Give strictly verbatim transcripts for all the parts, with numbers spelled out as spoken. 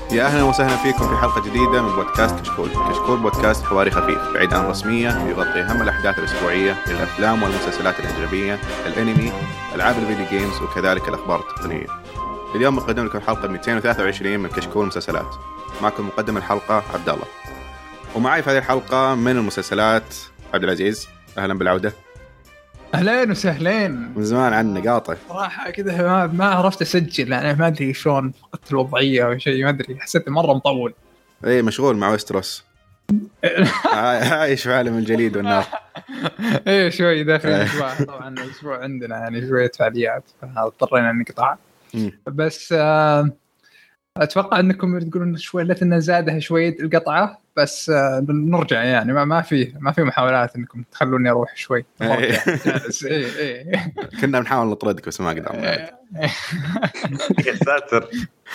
يا أهلا وسهلا فيكم في حلقة جديدة من بودكاست كشكول. كشكول بودكاست حواري خفيف بعيد عن رسمية، يغطي أهم الأحداث الأسبوعية للأفلام والمسلسلات الأجنبية، الأنمي، ألعاب الفيديو جيمز، وكذلك الأخبار التقنية. اليوم مقدم لكم حلقة مئتين وثلاثة وعشرين من كشكول مسلسلات. معكم مقدم الحلقة عبد الله، ومعي في هذه الحلقة من المسلسلات عبد العزيز. أهلا بالعودة. أهلين وسهلين. من زمان عنا قاطع صراحة كده ما ما عرفت أسجل، أنا ما أدري شلون فقدت الوضعية أو شيء، ما أدري، حسيت مرة مطول. إيه مشغول مع ويستروس. عايش في عالم الجليد والنار. إيه شوي داخل الأسبوع، طبعا الأسبوع عندنا يعني شوية فعاليات فاضطرينا نقطع. بس آه أتوقع أنكم تقولون شوي لتنا زادها شوية القطعة، بس آه نرجع يعني ما ما في ما في محاولات أنكم تخلوني أروح شوي. جالس إيه إيه كنا بنحاول نطردك بس ما قدرنا. يا ساتر.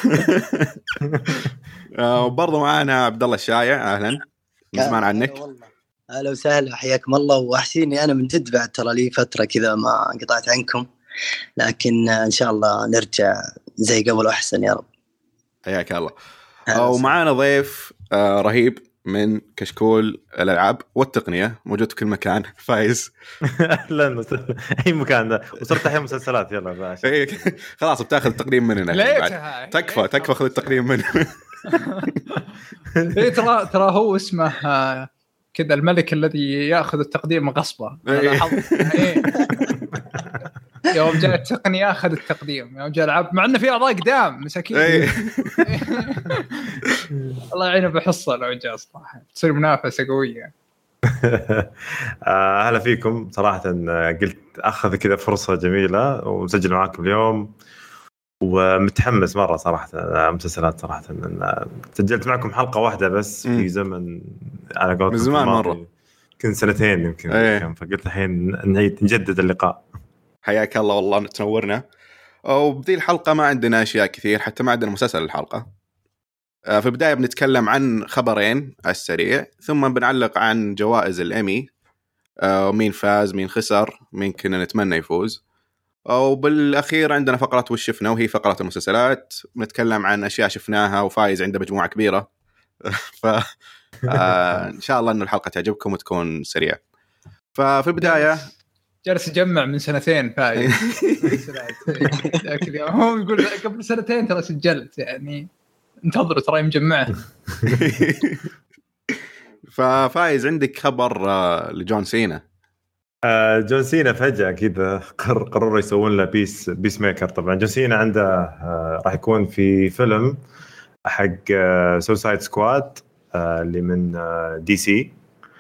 وبرضه معنا عبد الله الشايع. أهلا، من زمان عنك. أهلا وسهلا، حياكم الله. وأحسيني أنا من جد بعد ترى لي فترة كذا ما قطعت عنكم، لكن إن شاء الله نرجع زي قبل أحسن يا رب. حياك الله. ومعنا ضيف آه رهيب من كشكول الألعاب والتقنية، موجود في كل مكان. فايز. أهلا وسهلا. أي مكان ده، وصرت أحيان مسلسلات. يلا باشا. خلاص بتاخذ التقديم مننا. تكفى تكفى خذ التقديم مننا. إيه ترى ترى هو اسمه كذا الملك الذي يأخذ التقديم غصبا. إيه. يوم جاء التقنية أخذ التقديم، يوم جاء العب مع إنه في أعضاء قدام مساكين. الله يعينه بحصة لو جاء صراحة تصير منافسة قوية. أهلا فيكم. صراحة قلت أخذ كذا فرصة جميلة وسجل معاكم اليوم، ومتحمس مرة صراحة. مسلسلات صراحة سجلت معكم حلقة واحدة بس في زمن على قولتكم من زمان مرة، كنت سنتين يمكن. أيه. فقلت الحين نعيد نجدد اللقاء. حياك الله والله تنورنا. وبدي الحلقة ما عندنا أشياء كثير، حتى ما عندنا مسلسل الحلقة. في البداية بنتكلم عن خبرين على السريع، ثم بنعلق عن جوائز الأمي، ومين فاز مين خسر مين كنا نتمنى يفوز. وبالأخير عندنا فقرة وش شفنا، وهي فقرة المسلسلات. بنتكلم عن أشياء شفناها وفايز عنده مجموعة كبيرة. فإن شاء الله أن الحلقة تعجبكم وتكون سريعة. ففي البداية جالس يجمع من سنتين فايز. لكن هو يقول قبل سنتين ترى سجلت، يعني انتظروا ترى مجمعه. ففايز عندك خبر لجون سينا. آه جون سينا فجأة كذا قرروا يسوون له بيس بيس ميكر. طبعا جون سينا عنده آه راح يكون في فيلم حق آه سوسايد سكواد آه اللي من آه دي سي،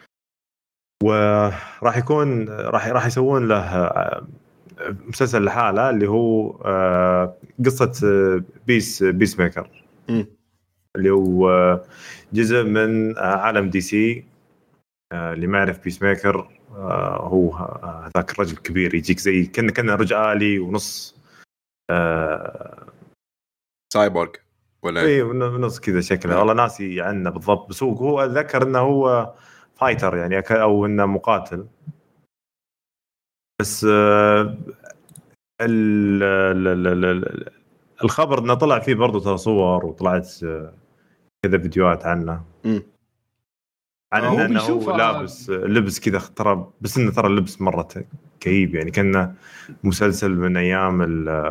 وراح يكون راح راح يسوون له آه مسلسل لحاله اللي هو آه قصة آه بيس بيس ميكر، م. اللي هو آه جزء من آه عالم دي سي. آه اللي ما يعرف بيس ميكر آه هو هذاك الرجل الكبير يجيك زي كأنه كأنه رجل آلي ونص آه سايبورغ ولا اي نص كذا شكله. والله ناسي عنه بالضبط، بس هو هو أتذكر انه هو فايتر يعني او انه مقاتل. بس آه ال ال ال الخبر انه طلع فيه برضو ترى صور وطلعت كذا فيديوهات عنه. م. عن هو انه هو لابس لبس كذا ترى، بس انه ترى اللبس مره كئيب يعني كأنه مسلسل من ايام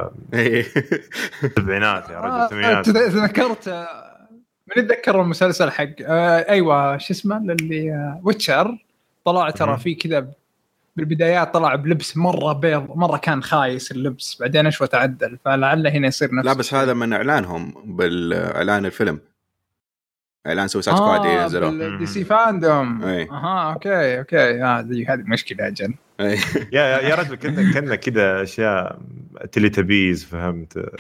السبعينات يا رجل. الثمانينات. تذكرت من يتذكر المسلسل حق آه ايوه شو اسمه اللي آه ويتشر، طلع ترى فيه كذا بالبدايات طلع بلبس مره بيض، مره كان خايس اللبس، بعدين ايش وتعدل، فلعل هنا يصير نفس. لا بس هذا من اعلانهم بالاعلان الفيلم، اعلان سوسايد آه سكواد ينزلوا دي سي فاندوم. ايه. اها اوكي اوكي هذه هذه مشكله اجل. ايه. يا يا رجل كنا كنا كذا اشياء تليتابيز فهمت.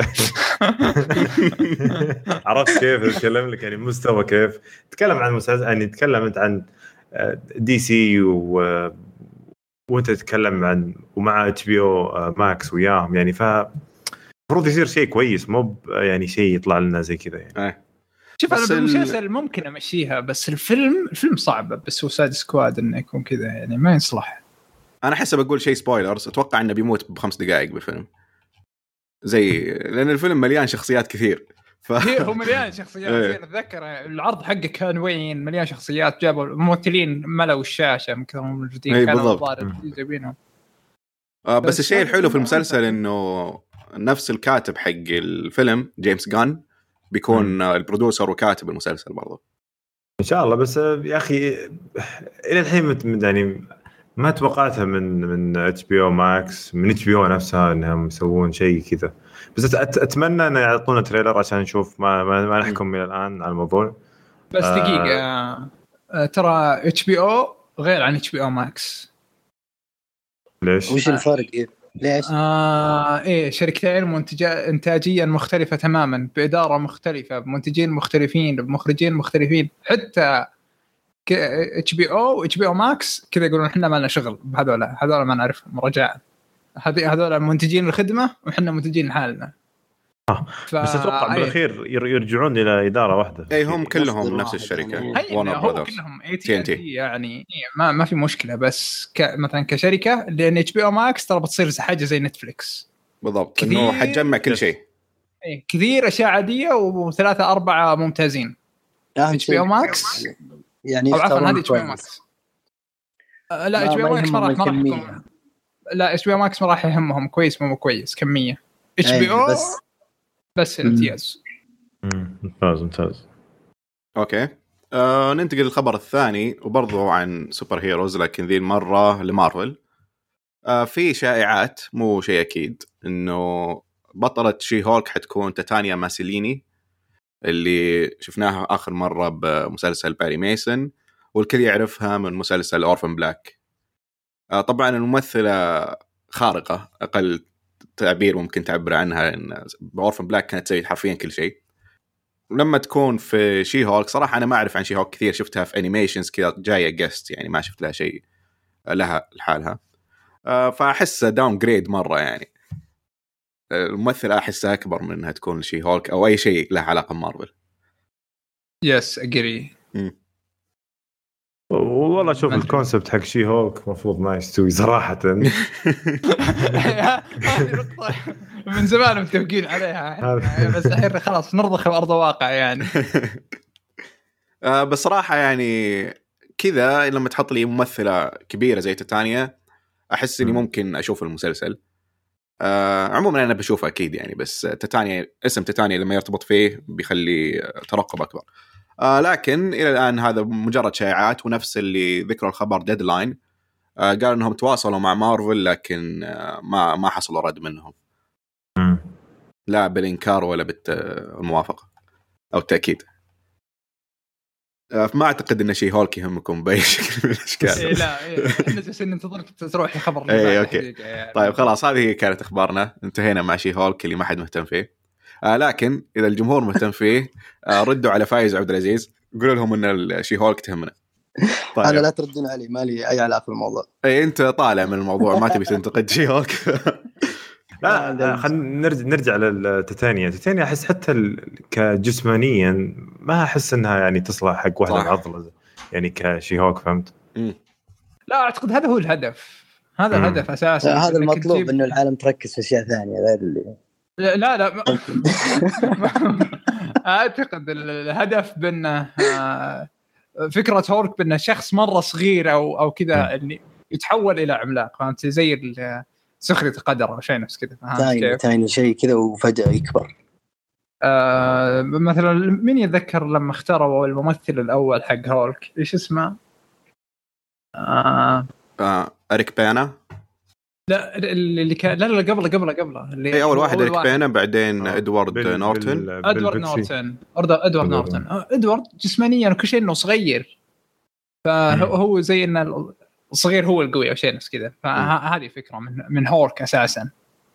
عرفت كيف اتكلم لك يعني مستوى كيف تتكلم عن مسلسل، يعني تتكلم انت عن دي سي و وانت تتكلم عن ومع اتش بي او ماكس وياهم، يعني ف المفروض يصير شيء كويس، مو يعني شيء يطلع لنا زي كذا يعني. ايه. شوف انا بالمسلسل ممكن امشيها، بس الفيلم الفيلم صعب، بس سوسايد سكواد انه يكون كذا يعني ما يصلح. انا حسب اقول شيء سبويلرز، اتوقع انه بيموت بخمس دقائق بالفيلم، زي لان الفيلم مليان شخصيات كثير، ف... هي هو مليان شخصيات. اتذكر العرض حقه كان وين مليان شخصيات، جابوا ممثلين ملوا الشاشه من كثر موجودين كانوا الظاهر جايبينهم. آه بس الشيء الحلو في المسلسل انه نفس الكاتب حق الفيلم جيمس غان بيكون م. البرودوسر وكاتب المسلسل برضه ان شاء الله. بس يا اخي الى الحين يعني ما توقعتها من من اتش بي او ماكس، من اتش بي او نفسها انهم يسوون شيء كذا. بس اتمنى ان يعطونا تريلر عشان نشوف، ما ما, ما نحكم الى الان على الموضوع. بس دقيقه آه... آه ترى اتش بي او غير عن اتش بي او ماكس. ليش؟ وش الفرق؟ ليش؟ آه إيه شركتين منتجة إنتاجيا مختلفة تماما، بإدارة مختلفة، بمنتجين مختلفين، بمخرجين مختلفين. حتى اتش بي او اتش بي او ماكس كذا يقولون احنا ما لنا شغل بهذول، هذول ما نعرفهم رجاء، هذول منتجين الخدمة وإحنا منتجين لحالنا. آه. ف... بس أتوقع بالأخير يرجعون إلى إدارة واحدة. أي هم كلهم نفس الشركة هم كلهم اي تي ان تي يعني ما ما في مشكلة. بس ك... مثلا كشركة لأن اتش بي او ماكس ترى بتصير حاجة زي نتفليكس بالضبط، إنه حتجمع كل شيء. إيه كثير أشياء عادية وثلاثة أربعة ممتازين. اتش بي او ماكس يعني عفوا هذه اتش بي او ماكس. لا اتش بي او ماكس ما راح ما راح لا اتش بي او ماكس ما راح يهمهم كويس مو كويس كمية. اتش بي او بس بس الامتياز. ممتاز ممتاز. اوكي آه ننتقل للخبر الثاني وبرضه عن سوبر هيروز، لكن ذي المرة لمارفل. آه في شائعات مو شيء أكيد إنه بطلة شي هولك حتكون تاتانيا ماسيليني اللي شفناها آخر مرة بمسلسل باري ميسون والكل يعرفها من مسلسل أورفن بلاك. آه طبعا الممثلة خارقة أقل تعبير ممكن تعبر عنها، إن بأورفن بلاك كانت تسوي حرفيا كل شيء. ولما تكون في شي هولك صراحة أنا ما أعرف عن شي هولك كثير، شفتها في أنيميشنز كذا جاية جست يعني، ما شفت لها شيء لها لحالها. أه فأحس داون جريد مرة يعني. الممثلة أحسها أكبر من أنها تكون شي هولك أو أي شيء له علاقة بمارفل. يس أجري. والله شوف الكونسبت حق شي هولك مفروض ما يستوي صراحة. من زمان متفقين عليها بس الحين خلاص نرضخ بأرض واقع يعني. بصراحة يعني كذا لما تحط لي ممثلة كبيرة زي تاتانيا أحس إني ممكن أشوف المسلسل. عموما أنا بشوفه أكيد يعني، بس تاتانيا اسم تاتانيا لما يرتبط فيه بيخلي ترقب أكبر. آه لكن إلى الآن هذا مجرد شائعات، ونفس اللي ذكروا الخبر ديدلاين آه قالوا إنهم تواصلوا مع مارفل لكن آه ما ما حصلوا رد منهم م. لا بالإنكار ولا بالموافقة أو التأكيد. آه فما أعتقد إن شيء هولك يهمكم بأي شكل من الأشكال. إيه لا إيه إحنا جالسين ننتظر تروح الخبر. إيه أوكي يعني. طيب خلاص هذه كانت أخبارنا، انتهينا مع شيء هولك اللي ما حد مهتم فيه. آه لكن إذا الجمهور مهتم فيه آه ردوا على فايز عبد العزيز قولوا لهم إن الشي هولك تهمنا. طيب. أنا لا تردون علي، مالي أي علاقة بالموضوع. أي أنت طالع من الموضوع ما تبي تنتقد شي هولك. لا خلينا نرجع نرجع للتاتانيا. تاتانيا أحس حتى كجسمانيا ما أحس إنها يعني تصلح حق واحدة معضلة يعني كشي هولك، فهمت؟ م. لا أعتقد هذا هو الهدف، هذا م. الهدف أساسا. هذا المطلوب تجيب... إنه العالم تركز في أشياء ثانية غير اللي لا لا أعتقد الهدف بأنه فكرة هولك بأنه شخص مرة صغير أو أو كذا اللي يتحول إلى عملاق، فهمت؟ زي سخرة قدر أو شيء نفس كذا. ثاني ثاني شيء كذا وفجأة يكبر. آه مثلا من يتذكر لما اختاروا الممثل الأول حق هولك إيش اسمه؟ آه آه أريك بانا. لا اللي كان لا لا قبله قبله قبله اللي اي اول واحد أريك بانا بعدين آه. ادوارد بال... نورتن بال... ادوارد نورتن ادوارد نورتن ادوارد جسمانيا وكل شيء انه صغير، فهو زي انه الصغير هو القوي او شيء نفس كذا. فهذه فكره من من هولك اساسا،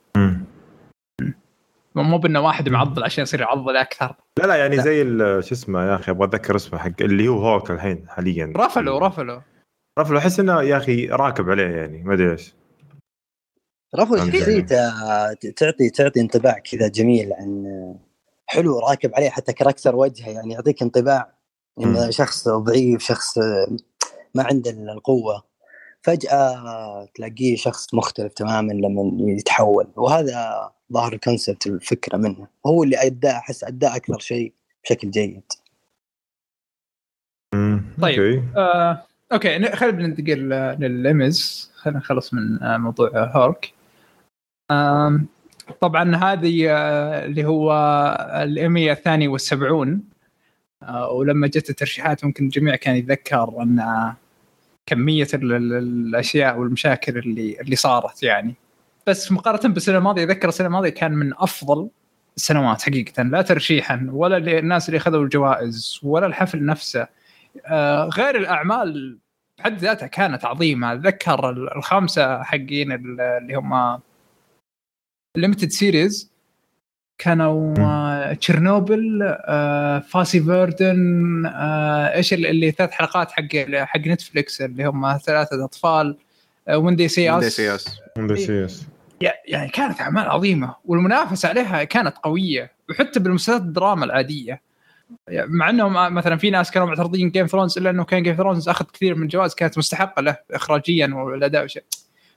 مو بانه واحد معضل عشان يصير يعضل اكثر. لا لا يعني لا. زي شو اسمه يا اخي ابغى اتذكر اسمه حق اللي هو هولك الحين حاليا رفلو رفلو رفلو احس انه يا اخي راكب عليه يعني ما ادري ايش. رفض شخصيته تعطي تعطي انطباع كذا جميل عن حلو راكب عليه، حتى كاركتر وجهه يعني يعطيك انطباع إنه شخص ضعيف، شخص ما عنده القوة، فجأة تلاقيه شخص مختلف تماما لما يتحول. وهذا ظهر الكونسبت الفكرة منه، هو اللي أدى أحس أدى أكثر شيء بشكل جيد. طيب أوكي. آه، أوكي خلينا ننتقل للإيمز، خلينا نخلص من آه، موضوع هورك. آه، طبعا هذه آه، اللي هو الإيمي الثاني والسبعون، آه، ولما جت الترشيحات ممكن الجميع كان يتذكر أن آه، كمية الأشياء والمشاكل اللي اللي صارت يعني، بس مقارنة بالسنة الماضية أذكر السنة الماضية كان من أفضل السنوات حقيقة، لا ترشيحا ولا الناس اللي أخذوا الجوائز ولا الحفل نفسه، آه غير الأعمال بحد ذاتها كانت عظيمة. أذكر الخمسة حقين اللي هم limited series كانوا آه تشيرنوبل، آه فاسي فيردن، آه إيش اللي ثلاث حلقات حق حق نتفليكس اللي هم ثلاثة أطفال، آه ويندي سياس يعني كانت أعمال عظيمة والمنافسة عليها كانت قوية، وحتى بالمسلسلات الدراما العادية، مع أنهم مثلا في ناس كانوا معترضين جيم ثرونز إلا أنه كان جيم ثرونز أخذ كثير من الجوائز كانت مستحقة له إخراجيا والأداء وشيء.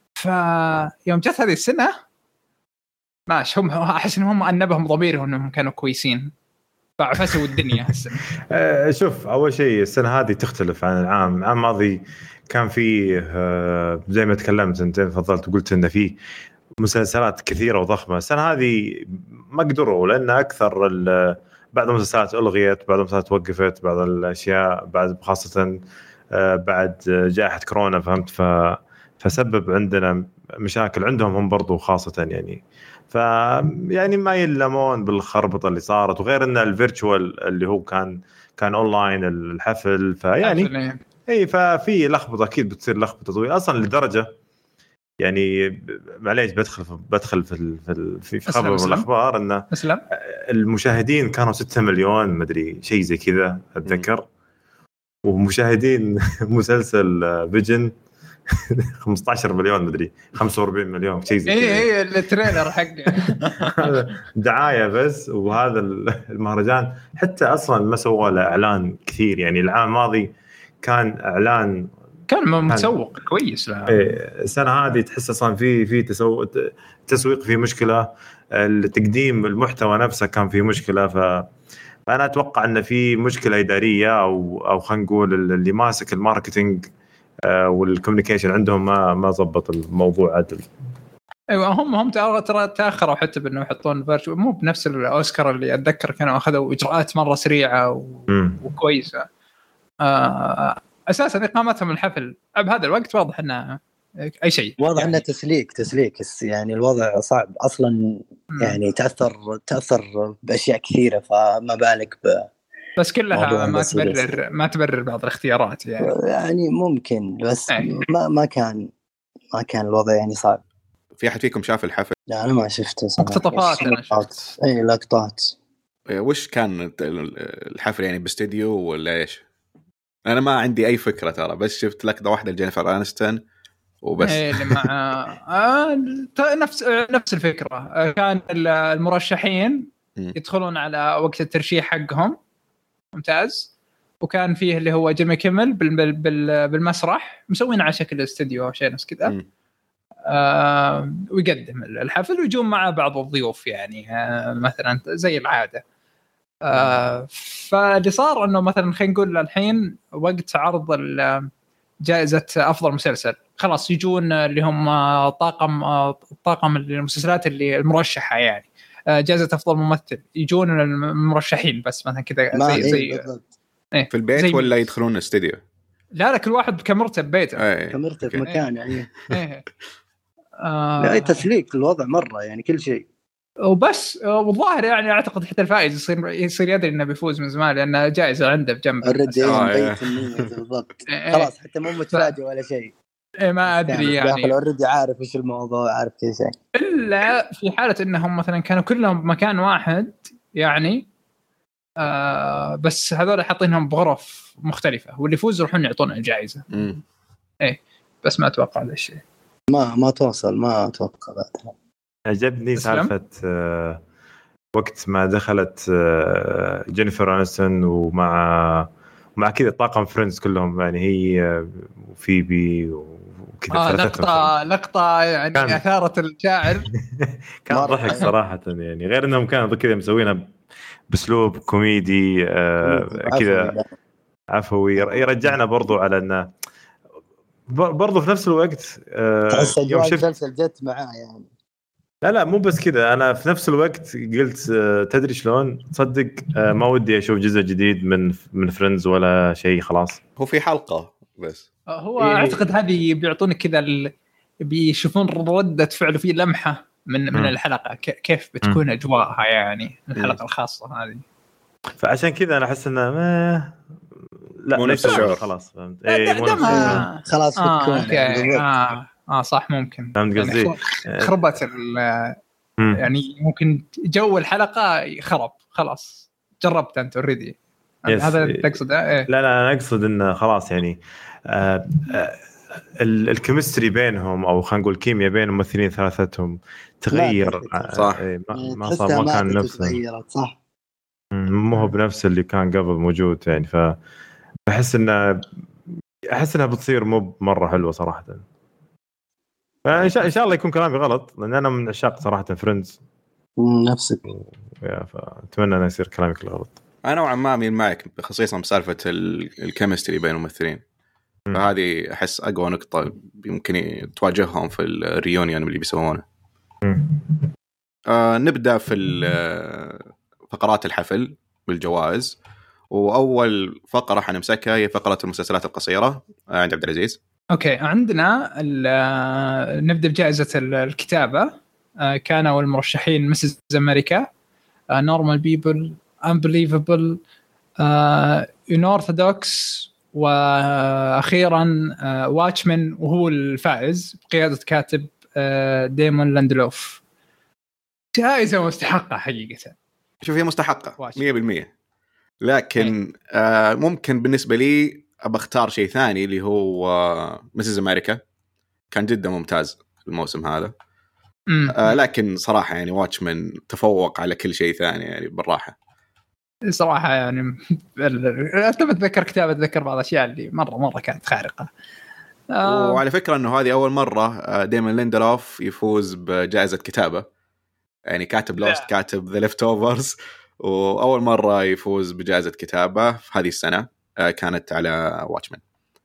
فيوم جت هذه السنة ماشي، هم أحس أنهم أنبهم ضميرهم أنهم كانوا كويسين فعفسوا الدنيا هالسنة. شوف أول شيء السنة هذه تختلف عن العام العام الماضي، كان فيه زي ما تكلمت أنت فضلت وقلت إن فيه مسلسلات كثيرة وضخمة. السنة هذه ما قدروا لأن أكثر بعض المسلسلات ألغيت، بعض المسلسلات وقفت، بعض الأشياء بعد خاصة بعد جائحة كورونا فهمت، ف فسبب عندنا مشاكل عندهم هم برضو خاصة يعني، ف يعني ما يلمون بالخربطة اللي صارت، وغير إن الفيرتشوال اللي هو كان كان أونلاين الحفل، فيعني أي ففي لخبطة أكيد بتصير لخبطة طويلة أصلا لدرجة يعني معليش بدخل في بدخل في في في خبر الأخبار إن أسلم. المشاهدين كانوا ستة مليون مدري شيء زي كذا أتذكر، ومشاهدين مسلسل فيجن خمسة عشر مليون مدري خمسة وأربعين مليون شيء زي كذا. إيه إيه التريلر حقه دعاية بس. وهذا المهرجان حتى أصلا ما سوى له إعلان كثير يعني، العام الماضي كان إعلان كان متسوق كويس له. إيه السنة هذه تحس أصلا في في تسوق تسويق في مشكلة، التقديم المحتوى نفسه كان في مشكلة، ف فأنا أتوقع أن في مشكلة إدارية أو أو خلينا نقول اللي ماسك الماركتينج والكوميونيكيشن عندهم ما ما ضبط الموضوع عدل. ايوه هم هم ترى تاخروا حتى بانه يحطون فيرتشو، مو بنفس الاوسكار اللي اتذكر كانوا اخذوا اجراءات مره سريعه و... وكويسه. آه... اساسا اقامتهم الحفل بهذا الوقت واضح انه اي شيء، واضح يعني. انه تسليك تسليك يعني الوضع صعب اصلا يعني، تاثر تاثر باشياء كثيره، فما بالك ب بس كلها ما تبرر ما تبرر بعض الاختيارات يعني يعني ممكن، بس أي. ما ما كان ما كان الوضع يعني صعب. في أحد فيكم شاف الحفل؟ لا أنا ما شفته صراحة. مقتطفات أنا شفت. أي لقطات. وش كان الحفل يعني باستديو ولا إيش؟ أنا ما عندي أي فكرة ترى، بس شفت لقطة واحدة لجينيفر أنستون وبس. إيه اللي مع آه نفس نفس الفكرة، كان المرشحين يدخلون على وقت الترشيح حقهم ممتاز، وكان فيه اللي هو جيمي كيمل بالمسرح مسوين على شكل استوديو أو شيء نفس كذا، آه ويقدم الحفل ويجون مع بعض الضيوف يعني آه مثلا زي العادة. آه فاللي صار انه مثلا خلينا نقول الحين وقت عرض جائزة افضل مسلسل خلاص يجون اللي هم طاقم طاقم المسلسلات اللي المرشحة يعني جائزة افضل ممثل، يجون المرشحين بس مثلا كذا زي زي إيه في البيت ولا يدخلون الاستديو؟ لا لا كل واحد بكاميرته ببيته ايه. كاميرته في مكان يعني ايه آه لا تسليك الوضع مرة يعني كل شيء وبس. والظاهر يعني اعتقد حتى الفائز يصير يصير يدري انه بيفوز من زمان لان جائزة عنده بجنب بالضبط. خلاص حتى مو متفاجئ ولا شيء. إيه ما ادري يعني داخل اوريدي عارف ايش الموضوع، عارف كل شيء، الا في حالة انهم مثلا كانوا كلهم بمكان واحد يعني آه بس هذول حاطينهم بغرف مختلفة واللي يفوز يروحون يعطون الجائزة. ايه بس ما اتوقع هذا الشيء، ما ما توصل ما اتوقع بعدها. عجبني سالفة آه وقت ما دخلت آه جينيفر أنستون ومع ومع كذا طاقم فريندز كلهم يعني هي وفيبي وكذا آه لقطة لقطة يعني كان... أثارت الشاعر كان ضحك صراحة يعني غير إنهم كانوا كذا مسوينها بأسلوب كوميدي آه كذا عفوي يرجعنا برضو على إنه برضو في نفس الوقت آه يوم شفت الجت معاه يعني لا لا مو بس كذا أنا في نفس الوقت قلت آه تدري شلون تصدق آه ما ودي أشوف جزء جديد من من فريندز ولا شيء خلاص هو في حلقة بس هو إيه أعتقد هذه بيعطونك كذا ال... بيشوفون ردة فعله في لمحة من من م. الحلقة كيف بتكون م. أجواءها يعني الحلقة م. الخاصة هذه فعشان كذا أنا أحس إنه ما لا مو نفس الشعور خلاص فهمت اي مو نفس الشعور خلاص آه اوكي اه اه صح ممكن فهمت قصدي يعني خربت يعني ممكن جو الحلقة خرب خلاص جربت أنت اوريدي هذا اللي تقصد ايه لا لا انا اقصد انه خلاص يعني آه آه الكيمستري بينهم او خلينا نقول الكيمياء بين الممثلين ثلاثتهم تغير صح آه ما, ما صار ما كان نفسه صح مو هو بنفس اللي كان قبل موجود يعني فبحس انه احس انها بتصير مو مره حلوه صراحه فان شاء ان شاء الله يكون كلامي غلط لان انا من عشاق صراحه فريندز نفسك فاتمنى انه يصير كلامي كله غلط. انا نوعا ما اميل معك خصيصا بسالفه الكيمستري بين الممثلين م. فهذه احس اقوى نقطه يمكن تواجههم في الريونيون اللي بيسوونه. آه نبدا في فقرات الحفل بالجوائز واول فقره حنمسكها هي فقره المسلسلات القصيره عند عبد العزيز. اوكي عندنا نبدا بجائزه الكتابه كانوا المرشحين مسز امريكا نورمال بيبل Unbelievable Unorthodox uh, وأخيرا واتشمان uh, وهو الفائز بقيادة كاتب uh, ديمون لاندلوف. جائزة مستحقة حقيقة. شوف هي مستحقة مية بالمية لكن آه ممكن بالنسبة لي أبى أختار شيء ثاني اللي هو آه مسز أمريكا كان جدا ممتاز الموسم هذا آه لكن صراحة يعني واتشمان تفوق على كل شيء ثاني يعني بالراحة صراحة يعني أنت بتذكر كتابة تذكر بعض الأشياء اللي مرة مرة كانت خارقة. آه وعلى فكرة أنه هذه أول مرة ديمون ليندلوف يفوز بجائزة كتابة يعني كاتب لوست كاتب ذا ليفت أوفرز وأول مرة يفوز بجائزة كتابة في هذه السنة آه كانت على واتشمان.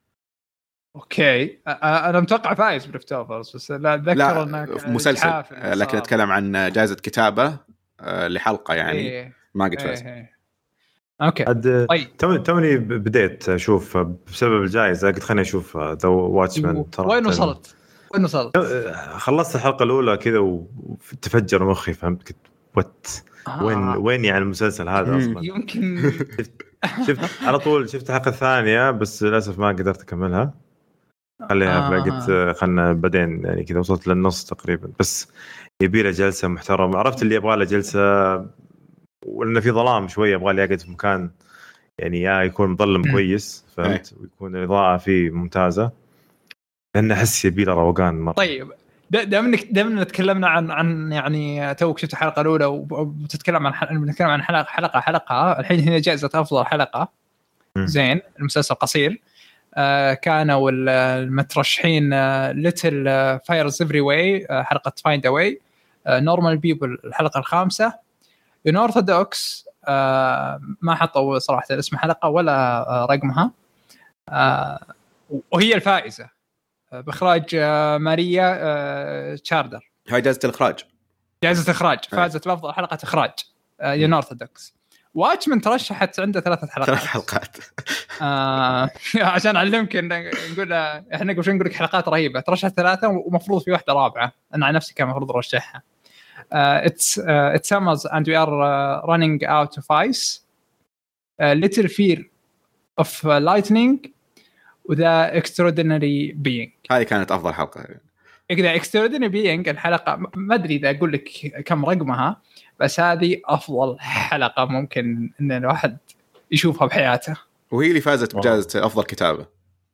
أوكي أنا متوقع فايز بليفت أوفرز بس لا أتذكر أنه مسلسل لكن أتكلم عن جائزة كتابة آه لحلقة يعني إيه. ما قد فاز. إيه. اوكي طيب توني بديت اشوف بسبب الجائزه قلت خليني اشوف ذا واتشمان وين وصلت وين وصلت خلصت الحلقه الاولى كذا وتفجر مخي فهمت كنت وات آه. وين وين يعني المسلسل هذا اصلا يمكن شفت, شفت على طول شفت الحلقه الثانيه بس للاسف ما قدرت اكملها خليها آه. بقيت خلنا بعدين يعني كذا وصلت للنص تقريبا بس يبي له جلسه محترمه عرفت اللي يبغى له جلسه ولأنه في ظلام شوية أبغى لي أقعد في مكان يعني يا يكون مظلم كويس فهمت ويكون الإضاءة فيه ممتازة لأن أحس يبي له روقان مرة. طيب دائما دائما نتكلمنا عن عن يعني توك شفت الحلقة الأولى وبتتكلم عن بنتكلم عن حلقة حلقة حلقة الحين هنا جائزة أفضل حلقة م. زين المسلسل قصير آه كانوا المترشحين ليتل فايرز إفري واي حلقة فايند أواي نورمال بيبل الحلقة الخامسة Unorthodox آه ما حطوا صراحة اسم حلقة ولا آه رقمها آه وهي الفائزة آه بإخراج آه ماريا آه تشاردر. هاي جائزة الإخراج جائزة إخراج فازت بأفضل حلقة إخراج آه Unorthodox. واتشمان ترشحت عنده ثلاثة حلقات ثلاث حلقات آه عشان أعلمك إن نقول إحنا قبل شوي نقول لك حلقات رهيبة ترشحت ثلاثة ومفروض في واحدة رابعة أنا على نفسي كان مفروض أرشحها. Uh, it's uh, it's summers and we are uh, running out of ice. Uh, little fear of uh, lightning وذا extraordinary being. هاي كانت أفضل حلقة. إذا extraordinary being الحلقة ما أدري إذا أقول لك كم رقمها بس هذه أفضل حلقة ممكن إن الواحد يشوفها بحياته. وهي اللي فازت بجائزة أفضل كتابة.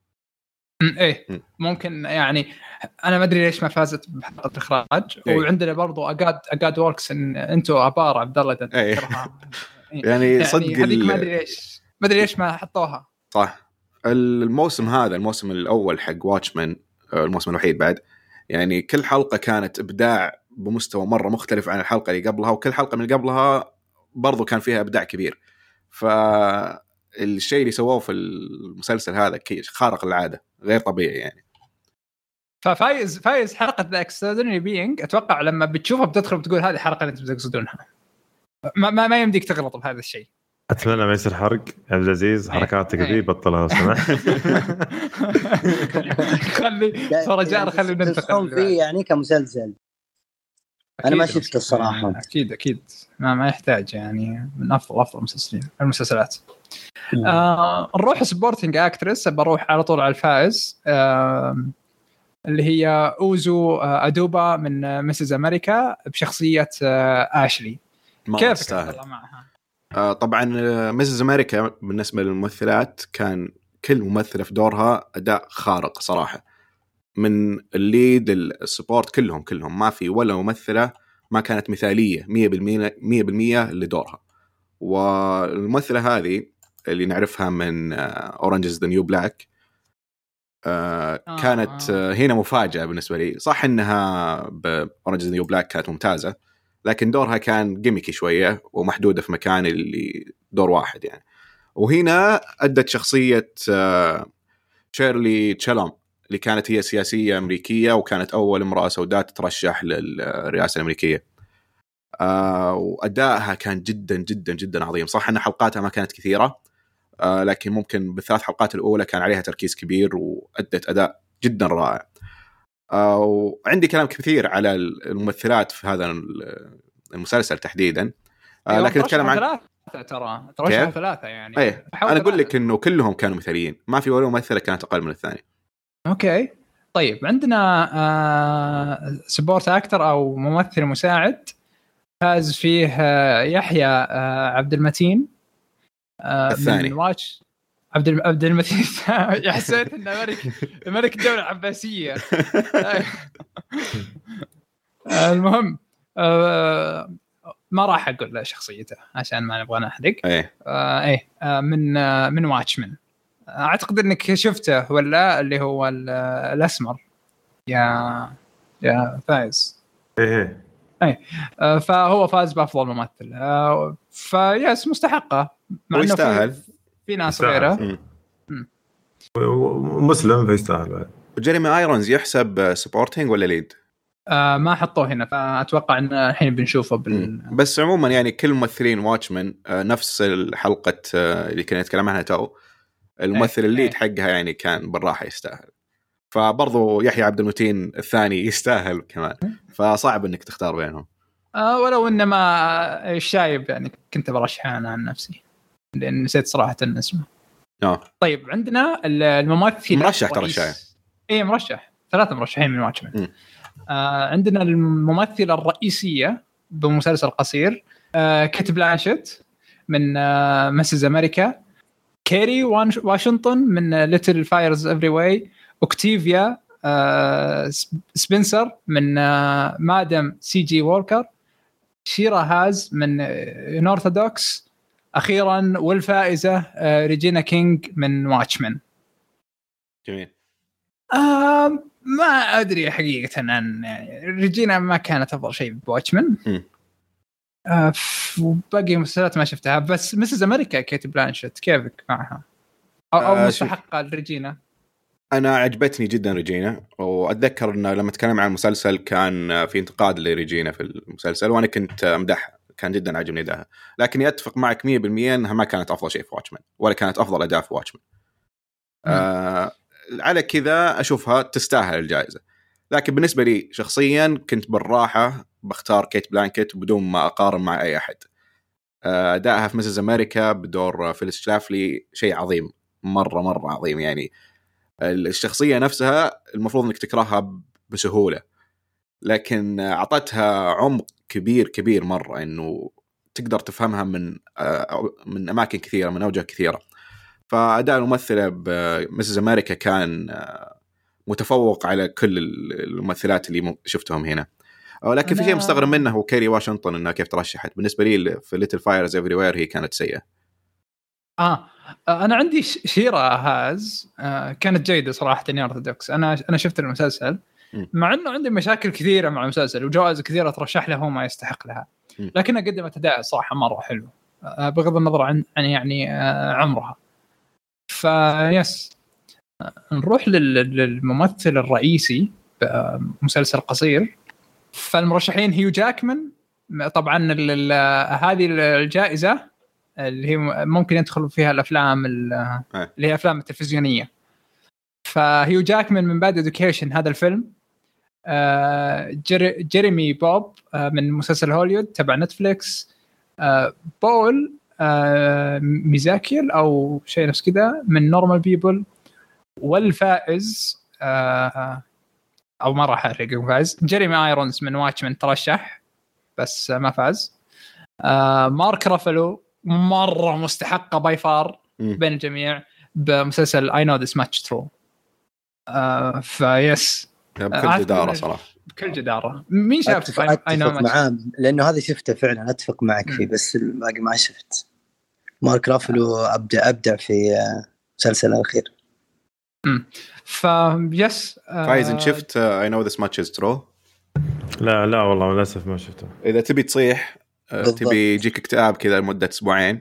إيه م. ممكن يعني أنا ما أدري ليش ما فازت بحلقة إخراج إيه. وعندنا برضو أقاد أقاد ووركس إن أنتوا أبار عبد الله إيه. يعني صدق يعني هذيك ما أدري ليش ما أدري ليش ما حطوها صح. الموسم هذا الموسم الأول حق واتشمان، الموسم الوحيد بعد، يعني كل حلقة كانت إبداع بمستوى مرة مختلف عن الحلقة اللي قبلها، وكل حلقة من قبلها برضو كان فيها إبداع كبير. فالشيء اللي سووه في المسلسل هذا خارق العادة، غير طبيعي يعني. ففايز فايز حلقة ذا اكستراordinary being أتوقع لما بتشوفها بتدخل بتقول هذه حلقة اللي تقصدونها. ما ما, ما يمديك تغلط بهذا الشيء. أتمنى ما يصير حرق عبد العزيز، حركاتك ذي بطلها لو سمحت. خلي فرجاء خلي ننتقل فيه يعني كمسلسل. أنا ما شفته الصراحة. أكيد أكيد ما ما يحتاج يعني، من أفضل أفضل المسلسلين المسلسلات. آه نروح سبورتنج أكترس، بروح على طول على الفائز آه اللي هي أوزو آه أدوبا من مسز أمريكا بشخصية آه آشلي. كيف تطلع معها؟ آه طبعا مسز أمريكا بالنسبة للممثلات كان كل ممثلة في دورها أداء خارق صراحة، من الليد السبورت كلهم كلهم ما في ولا ممثلة ما كانت مثالية مية بالمية مية بالمية لدورها. والممثلة هذه اللي نعرفها من أورانج ذا نيو بلاك كانت آه. هنا مفاجأة بالنسبة لي. صح إنها بأورانج ذا نيو بلاك كانت ممتازة، لكن دورها كان جيميكي شوية ومحدودة في مكان اللي دور واحد يعني. وهنا أدت شخصية شيرلي تشالوم اللي كانت هي سياسية أمريكية، وكانت أول امرأة سوداء تترشح للرئاسة الأمريكية. آه وأدائها كان جدا جدا جدا عظيم. صح أن حلقاتها ما كانت كثيرة، آه لكن ممكن بالثلاث حلقات الأولى كان عليها تركيز كبير وأدت أداء جدا رائع. آه وعندي كلام كثير على الممثلات في هذا المسلسل تحديدا، آه لكن نتكلم عن ثلاثة ترى ترشحوا ثلاثة يعني. أيه. أنا أقول لك إنه كلهم كانوا مثاليين، ما في ولا ممثلة كانت أقل من الثاني. اوكي طيب عندنا آه سبورت اكتر او ممثل مساعد فاز فيه آه يحيى آه عبد المتين آه الثاني. من واتش عبد عبد المتين. يا حسيت انه ملك ملك الدولة العباسية. آه المهم آه ما راح اقول شخصيته عشان ما نبغى نحرق. ايه آه ايه آه من آه من واتشمان. اعتقد انك شفته ولا اللي هو الاسمر يا يا فايز. ايه اي آه فهو فاز بافضل ممثل. آه فياس مستحقه مع انه في, في ناس غيره مسلم فيستاهل. جيريمي ايرونز يحسب سبورتينج ولا ليد؟ آه ما حطوه هنا، فاتوقع ان الحين بنشوفه بال... بس عموما يعني كل ممثلين واتشمان آه نفس الحلقه آه اللي كنا نتكلم عنها تو، الممثل اللي ايه. حقها يعني كان بالراحة يستاهل. فبرضو يحيى عبد المتين الثاني يستاهل كمان، فصعب انك تختار بينهم. آه ولو انما الشايب يعني كنت برشحه انا عن نفسي لان نسيت صراحة اسمه. اه طيب عندنا الممثل مرشح ترى الشايب. ايه مرشح، ثلاثة مرشحين من واتشمان. آه عندنا الممثلة الرئيسية بمسلسل قصير آه كيت بلانشيت من آه مسز أمريكا، كيري واشنطن من ليتل فايرز إفري واي، أوكتيفيا آه سبنسر من آه مادام سي جي ووركر، شيرا هاز من نورثودوكس، أخيرا والفائزة آه ريجينا كينج من واتشمان. جميل. آه ما أدري حقيقة أن يعني ريجينا ما كانت أفضل شيء بواتشمان. آه وباقي مسلسلات ما شفتها، بس مسز أمريكا كيت بلانشيت كيفك معها أو, أو مستحقة لريجينا؟ أنا عجبتني جدا ريجينا، وأتذكر أن لما تكلم عن المسلسل كان في انتقاد لريجينا في المسلسل وأنا كنت أمدحها، كان جدا عجبني أداها. لكن أتفق معك مية بالمية أنها ما كانت أفضل شيء في واتشمان ولا كانت أفضل أداء في واتشمان. آه على كذا أشوفها تستاهل الجائزة. لكن بالنسبة لي شخصيا كنت بالراحة بختار كيت بلانكيت بدون ما أقارن مع أي أحد. أدائها في مسز أمريكا بدور فيليس شلافلي شيء عظيم، مرة مرة عظيم. يعني الشخصية نفسها المفروض أنك تكرهها بسهولة، لكن أعطتها عمق كبير كبير مرة، إنه تقدر تفهمها من من أماكن كثيرة، من أوجه كثيرة. فأداء الممثلة بمسز أمريكا كان متفوق على كل الممثلات اللي شفتهم هنا. لكن في شيء مستغرب منه هو كيري واشنطن، انها كيف ترشحت. بالنسبه لي في ليتل فايرز إفري واير هي كانت سيئه. اه انا عندي شيرة هاز آه كانت جيده صراحه يارثودوكس. انا انا شفت المسلسل مع انه عندي مشاكل كثيره مع المسلسل وجوائز كثيره ترشح له هو ما يستحق لها، لكنها قدمت اداء صراحه مره حلو آه بغض النظر عن يعني آه عمرها. فيس آه نروح للممثل الرئيسي بمسلسل قصير. فالمرشحين هيو جاكمان طبعا. هذه الجائزه اللي هي ممكن يدخل فيها الافلام اللي هي افلام التلفزيونيه. فهيو جاكمان من باد إدوكيشن هذا الفيلم، جير... جيريمي بوب من مسلسل هوليوود تبع نتفليكس، بول ميزاكيل او شيء نفس كذا من نورمال بيبل، والفائز او ما راح احرق الفائز جيريمي ايرونز من واتشمان ترشح بس ما فاز. مارك رافالو مرة مستحقة باي فار بين الجميع بمسلسل I know this much true. آه فيس بكل جدارة صراحة بكل جدارة. مين شاف I know معاه لأنه هذا شفته فعلا أتفق معك فيه بس الباقي ما شفت. مارك رافلو أبدع أبدع في مسلسل الأخير. امم فيس آه فايز شفت I know this much is true؟ لا لا والله للأسف ما شفته. إذا تبي تصيح تبي يجيك اكتئاب كذا لمدة أسبوعين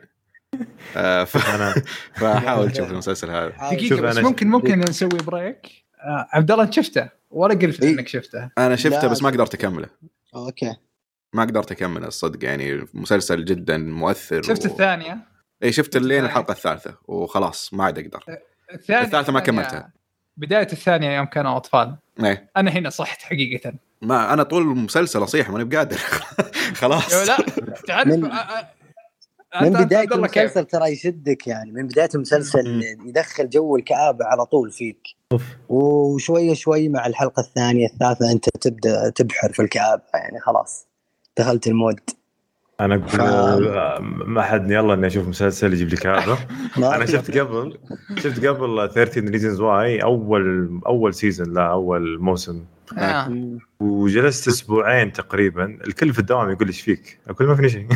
فأنا فحاول تشوف المسلسل هذا. دقيقة بس ممكن ممكن نسوي بريك. آه عبد الله شفته ولا قلت إيه؟ إنك شفته؟ أنا شفته بس ما قدرت أكمله. أوكي ما قدرت أكمله الصدق يعني مسلسل جدا مؤثر. شفت و... الثانية؟ إيه شفت اللين الحلقة الثالثة وخلاص ما عاد أقدر. الثالثة, الثالثة ما كملتها. بداية الثانية يوم كانوا أطفال. إيه؟ أنا هنا صحت حقيقة. ما أنا طول المسلسل أصيح ماني بقادر خلاص. لا تعرف من, من بداية المسلسل ترى يشدك يعني من بداية المسلسل يدخل جو الكآبة على طول فيك وشوية شوي مع الحلقة الثانية الثالثة أنت تبدأ تبحر في الكآبة يعني خلاص دخلت المود. أنا أقول ف... ما حد يلا إني أشوف مسلسل يجيب لي كآبة. أنا شفت قبل شفت قبل ثيرتين Reasons Why أول أول سيزن لا أول موسم آه. وجلست أسبوعين تقريبا الكل في الدوام يقول إيش فيك أقول ما فيني شيء.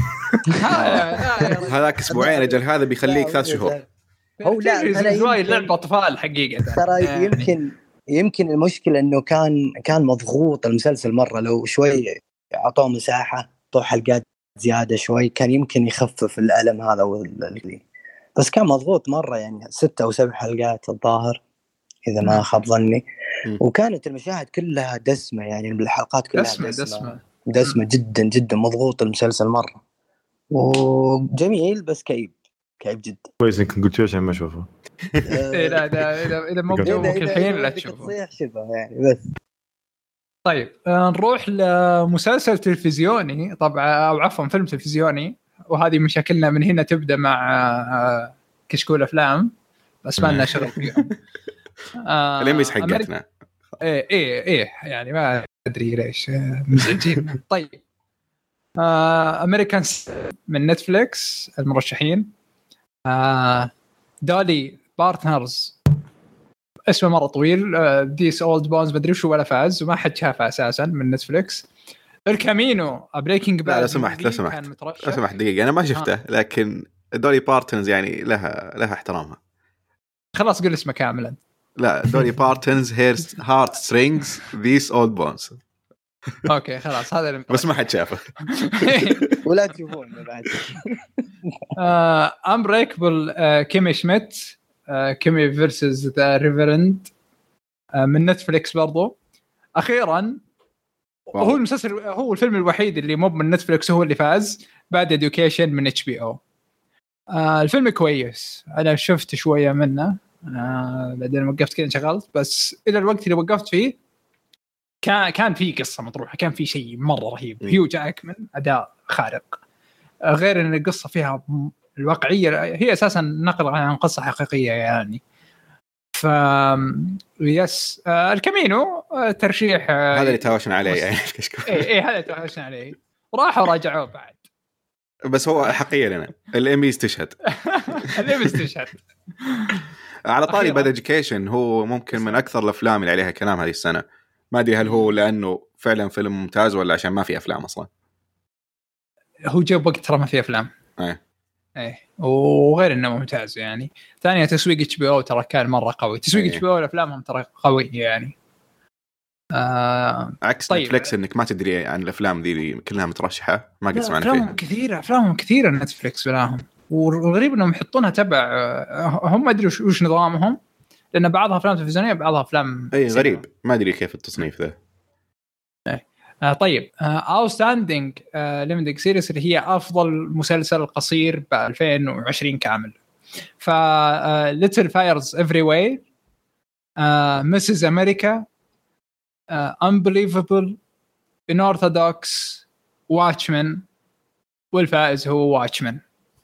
هذاك أسبوعين أجل هذا بيخليك ثلاث شهور. هو لا أنا شوي لعبة أطفال حقيقة ترى يعني. يمكن يمكن المشكلة إنه كان كان مضغوط المسلسل مرة لو شوي عطوه مساحة طو حلقات زيادة شوي كان يمكن يخفف الألم هذا واللي بس كان مضغوط مرة يعني ستة أو سبع حلقات الظاهر إذا ما خاب ظني. وكانت المشاهد كلها دسمة يعني بالحلقات كلها دسمة دسمة, دسمة. دسمة جدا جدا مضغوط المسلسل مرة وجميل بس كئيب كئيب جدا. كويس إنك قلت شيء عشان ما أشوفه. إيه لا إذا إذا إذا مو ممكن الحين لا تشوفه. يعني بس. طيب نروح لمسلسل تلفزيوني طبعا أو عفوا فيلم تلفزيوني وهذه مشاكلنا من هنا تبدأ مع كشكول أفلام بس ما لنا شغل فيهم. آه الإميز حقتنا. إيه إيه إيه يعني ما أدري ليش مزعجين. طيب آه أمريكان من نتفليكس المرشحين آه دولي بارتنرز اسمه مرة طويل ديس أولد بونز بدري شو ولا فاز وما حد شافه أساسا من نتفليكس. الكامينو بريكنج باد. لا سمحت لا سمحت لا سمحت دقيقة أنا ما شفته آه. لكن دولي بارتنز يعني لها لها احترامها. خلاص قل اسمه كاملا. لا دولي بارتنز هيرز هارت سترينجز ذيس اولد بونز. اوكي خلاص هذا بس ما حد شافه ولا تشوفون بعد. امبريكبل كيمي شميت كيمي فيرسز ذا ريفرند من نتفليكس برضو اخيرا. واو. هو المسلسل هو الفيلم الوحيد اللي مو من نتفليكس هو اللي فاز بعد إدوكيشن من اتش بي او. آه الفيلم كويس انا شفت شويه منه آه بعدين وقفت كذا انشغلت بس الى الوقت اللي وقفت فيه كان كان في قصه مطروحه كان في شيء مره رهيب. هيو جاكمان اداء خارق آه غير ان القصه فيها الواقعيه هي اساسا نقل عن قصه حقيقيه يعني. ف يس آه الكامينو آه ترشيح آه هذا اللي تهاوشنا عليه يعني. اي اي هذا تهاوشنا عليه راحوا راجعوه بعد بس هو حقيقي لنا الاميز تشهد. الاميز تشهد. على طاري باد إدوكيشن هو ممكن من اكثر الافلام اللي عليها كلام هذه السنه. ما ادري هل هو لانه فعلا فيلم ممتاز ولا عشان ما في افلام اصلا. هو جاب وقت ترى ما في افلام. ايه ايه وغير انه ممتاز يعني. ثانيا تسويق اتش بي او ترى كان مره قوي، تسويق اتش بي او لافلامهم ترى قوي يعني. آه عكس طيب. نتفليكس انك ما تدري عن الافلام ذي كلها مترشحه، ما قد سمعنا فيها. افلامهم كثيره افلامهم كثيره نتفليكس بلاهم، والغريب انهم يحطونها تبع هم ما ادري وش نظامهم، لان بعضها افلام تلفزيونيه بعضها افلام اي غريب ما ادري كيف التصنيف ذا. ايه آه طيب اوتستاندينج ليميتد سيريس اللي هي افضل مسلسل قصير ب ألفين وعشرين كامل. ف ليتل فايرز افري واي، مسز امريكا، انبليفبل، انورثودوكس، واتشمان، والفائز هو واتشمان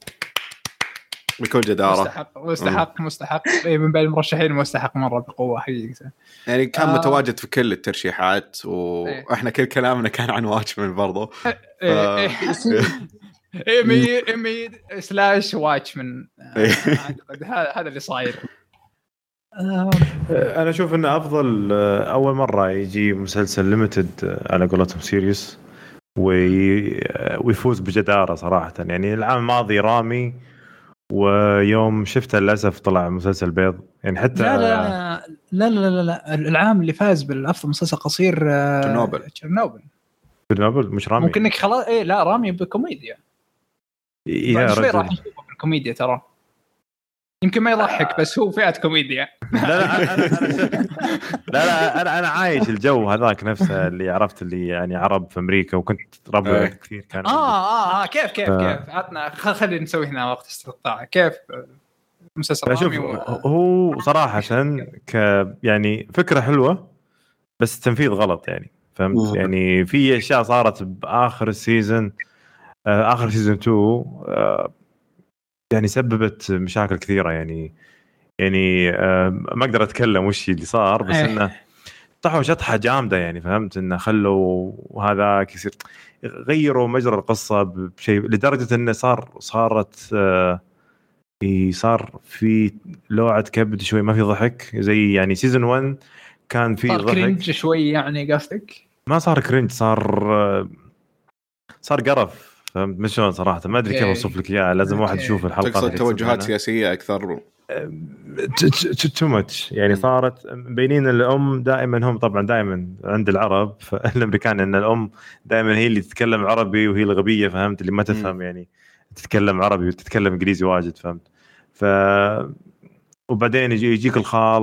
بكل جدارة. مستحق مستحق مستحق إيه من بين المرشحين مستحق مرة بقوة حقيقة يعني. كان آه متواجد في كل الترشيحات وإحنا كل كلامنا كان عن واتشمان برضو. إيه إيه إمي سلاش واتشمان هذا هذا اللي صاير. أنا أشوف إن أفضل أول مرة يجي مسلسل ليميتد على قولتهم سيريس ويفوز بجدارة صراحة يعني. العام الماضي رامي، ويوم شفته للأسف طلع مسلسل بيض يعني. حتى لا لا لا لا لا, لا. العام اللي فاز بالأفضل مسلسل قصير تشيرنوبل. تشيرنوبل تشيرنوبل مش رامي. ممكنك خلاص إيه لا رامي بكوميديا. يا شوي راح نشوفه بالكوميديا ترى، يمكن ما يضحك بس هو فئة كوميديا. لا لا أنا أنا لا لا أنا أنا عايش الجو هذاك نفسه اللي عرفت اللي يعني عرب في أمريكا وكنت ربع كثير كان. آه آه آه كيف كيف ف... كيف عطنا خلينا نسوي هنا وقت استطاع كيف مسلسل رامي و... هو صراحة ك يعني فكرة حلوة بس تنفيذ غلط يعني فهمت يعني. في أشياء صارت بآخر السيزن آخر سيزن اثنين يعني سببت مشاكل كثيرة يعني. يعني ما أقدر أتكلم وش اللي صار بس إنه طحوا شطحة جامدة يعني فهمت إنه خلوا وهذا كثير غيروا مجرى القصة بشيء لدرجة إنه صار صارت صار في لوعة كبد شوي ما في ضحك زي يعني سيزن واحد كان في صار ضحك كرنج شوي يعني قصدك. ما صار كرنج صار صار قرف فهمت مش شلون صراحة ما أدري كيف أوصف لك إياه. لازم واحد يشوف الحلقة. تقصد توجهات سياسية أكثر تو ماتش يعني. صارت بينين الأم دائما هم طبعا دائما عند العرب فالأمريكان إن الأم دائما هي اللي تتكلم عربي وهي الغبية فهمت اللي ما تفهم يعني تتكلم عربي وتتكلم إنجليزي واجد فهمت. ف وبعدين يجي يجيك الخال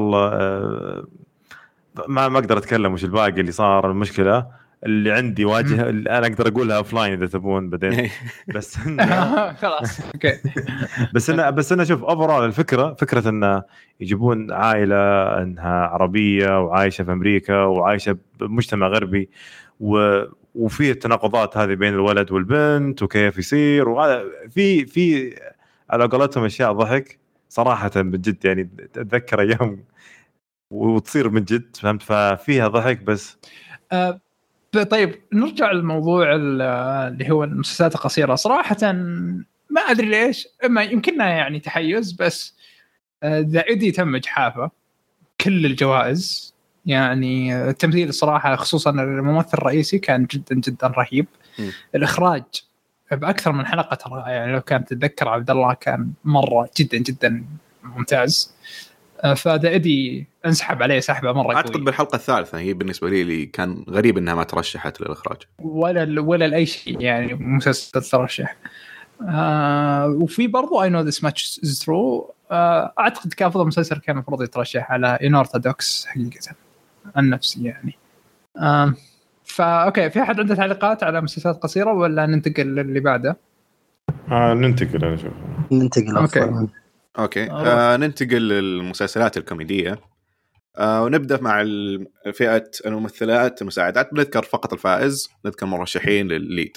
ما ما أقدر أتكلم وش الباقي اللي صار. المشكلة اللي عندي واجه انا اقدر اقولها اوفلاين اذا تبون بعدين بس خلاص اوكي. بس انا بس انا اشوف اوفرول الفكره فكره انه يجيبون عائله انها عربيه وعايشه في امريكا وعايشه بمجتمع غربي و وفي التناقضات هذه بين الولد والبنت وكيف يصير وهذا في في على قولتهم اشياء ضحك صراحه بجد يعني. اتذكر ايام وتصير من جد فهمت ففيها ضحك بس أه طيب نرجع للموضوع اللي هو المسلسلات القصيرة. صراحة ما أدري ليش إما يمكننا يعني تحيز بس ذا إيدي تم إجحافه كل الجوائز يعني. التمثيل الصراحة خصوصا الممثل الرئيسي كان جدا جدا رهيب. م. الإخراج بأكثر من حلقة ترى يعني لو كانت تتذكر عبد الله كان مرة جدا جدا ممتاز. فذا إيدي انسحب عليه سحبه مرة. أعتقد بالحلقة الثالثة هي بالنسبة لي اللي كان غريب إنها ما ترشحت للإخراج ولا ولا لأي شيء يعني مسلسل ترشح. آه وفي برضو I know this much is true آه أعتقد كأفضل مسلسل كان المفروض يترشح على انورثودوكس حقيقة عن نفسي يعني. آه فأوكي في أحد عنده تعليقات على مسلسلات قصيرة ولا ننتقل للي بعده؟ آه ننتقل أنا شوف ننتقل أوكي اوكي آه ننتقل للمسلسلات الكوميديه آه ونبدا مع فئه الممثلات المساعدات. بنذكر فقط الفائز نذكر مرشحين للليد.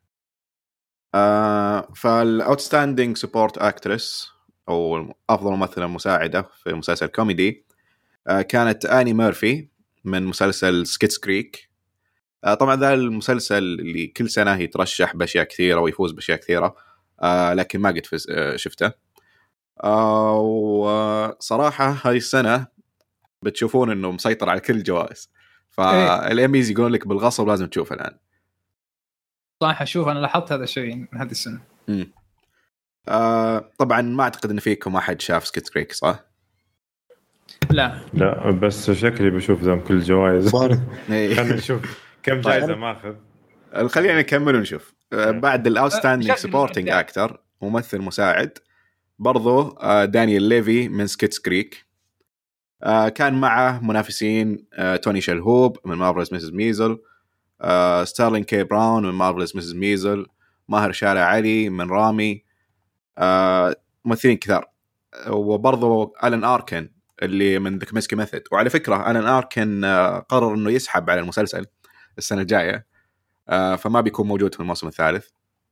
آه فالاوتستاندينج سبورت اكترس او افضل ممثله مساعده في مسلسل كوميدي آه كانت آني ميرفي من مسلسل سكيتس كريك. آه طبعا ذا المسلسل اللي كل سنه يترشح باشياء كثيره ويفوز باشياء كثيره آه لكن ما قد آه شفته. آه وصراحة هاي السنة بتشوفون إنه مسيطر على كل الجوائز فالإيميز يقول لك بالغصب لازم تشوفه الآن. صح أشوف أنا لاحظت هذا الشيء هذه السنة. مم. آه طبعا ما اعتقد ان فيكم احد شاف سكيت كريك صح؟ لا لا بس شكلي بشوف ذم كل الجوائز. خلينا نشوف كم جائزه ماخذ. خلينا نكمل ونشوف. آه بعد الاوتستاندينج سبورتنج اكتر ممثل مساعد برضو آه دانيال ليفي من سكيت كريك. آه كان معه منافسين آه توني شلهوب من مارفلز ميسز ميزل، آه ستارلين كي براون من مارفلز ميسز ميزل، ماهر شارع علي من رامي، آه ممثلين كثار. وبرضو ألان آركن اللي من ذا كوميسكي ميثود. وعلى فكرة ألان آركن آه قرر إنه يسحب على المسلسل السنة الجاية، آه فما بيكون موجود في الموسم الثالث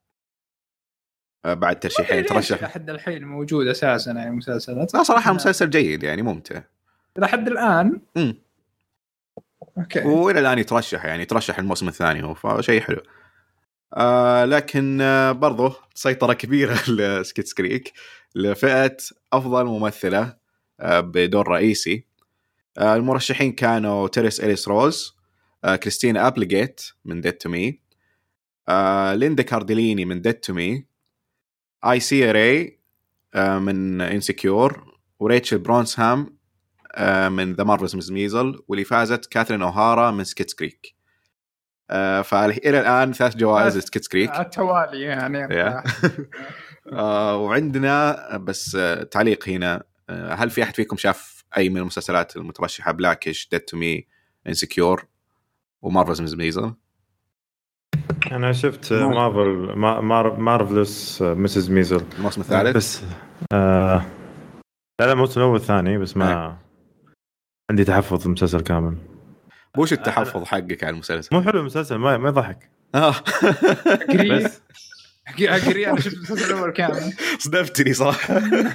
آه بعد ترشيحين ترشح. لحد الحين موجود أساسا يعني مسلسلات. لا صراحة مسلسل جيد يعني ممتع لحد الآن. امم اوكي. والى الان يترشح يعني يترشح الموسم الثاني هو فشيء حلو. آه لكن آه برضو سيطرة كبيرة لسكيت كريك لفئة أفضل ممثلة آه بدور رئيسي. آه المرشحين كانوا تيريس إليس روز، آه كريستينا أبليغيت من Dead to Me، آه ليندا كارديليني من Dead to Me، آي سي راي آه من Insecure، وريتشل برونسهام آه من The Marvelous Miss Maisel، واللي فازت كاثرين أوهارا من سكيت كريك. آه فإلى الآن ثلاث جوائز سكيت كريك على التوالي يعني. آه وعندنا بس آه تعليق هنا، آه هل في أحد فيكم شاف أي من المسلسلات المترشحة؟ بلاكيش، Dead to Me، Insecure، ومارفلز ميز ميزل. أنا شفت مارفل مارفلس ميسز ميزل الموسم الثالث بس آه لا لا الموسم الأول الثاني بس ما آه. عندي تحفظ المسلسل كامل. وش التحفظ حقك على المسلسل؟ مو حلو المسلسل ما ما يضحك. اه بس أقري أنا شفت المسلسل الأول كامل صدفتني صراحة.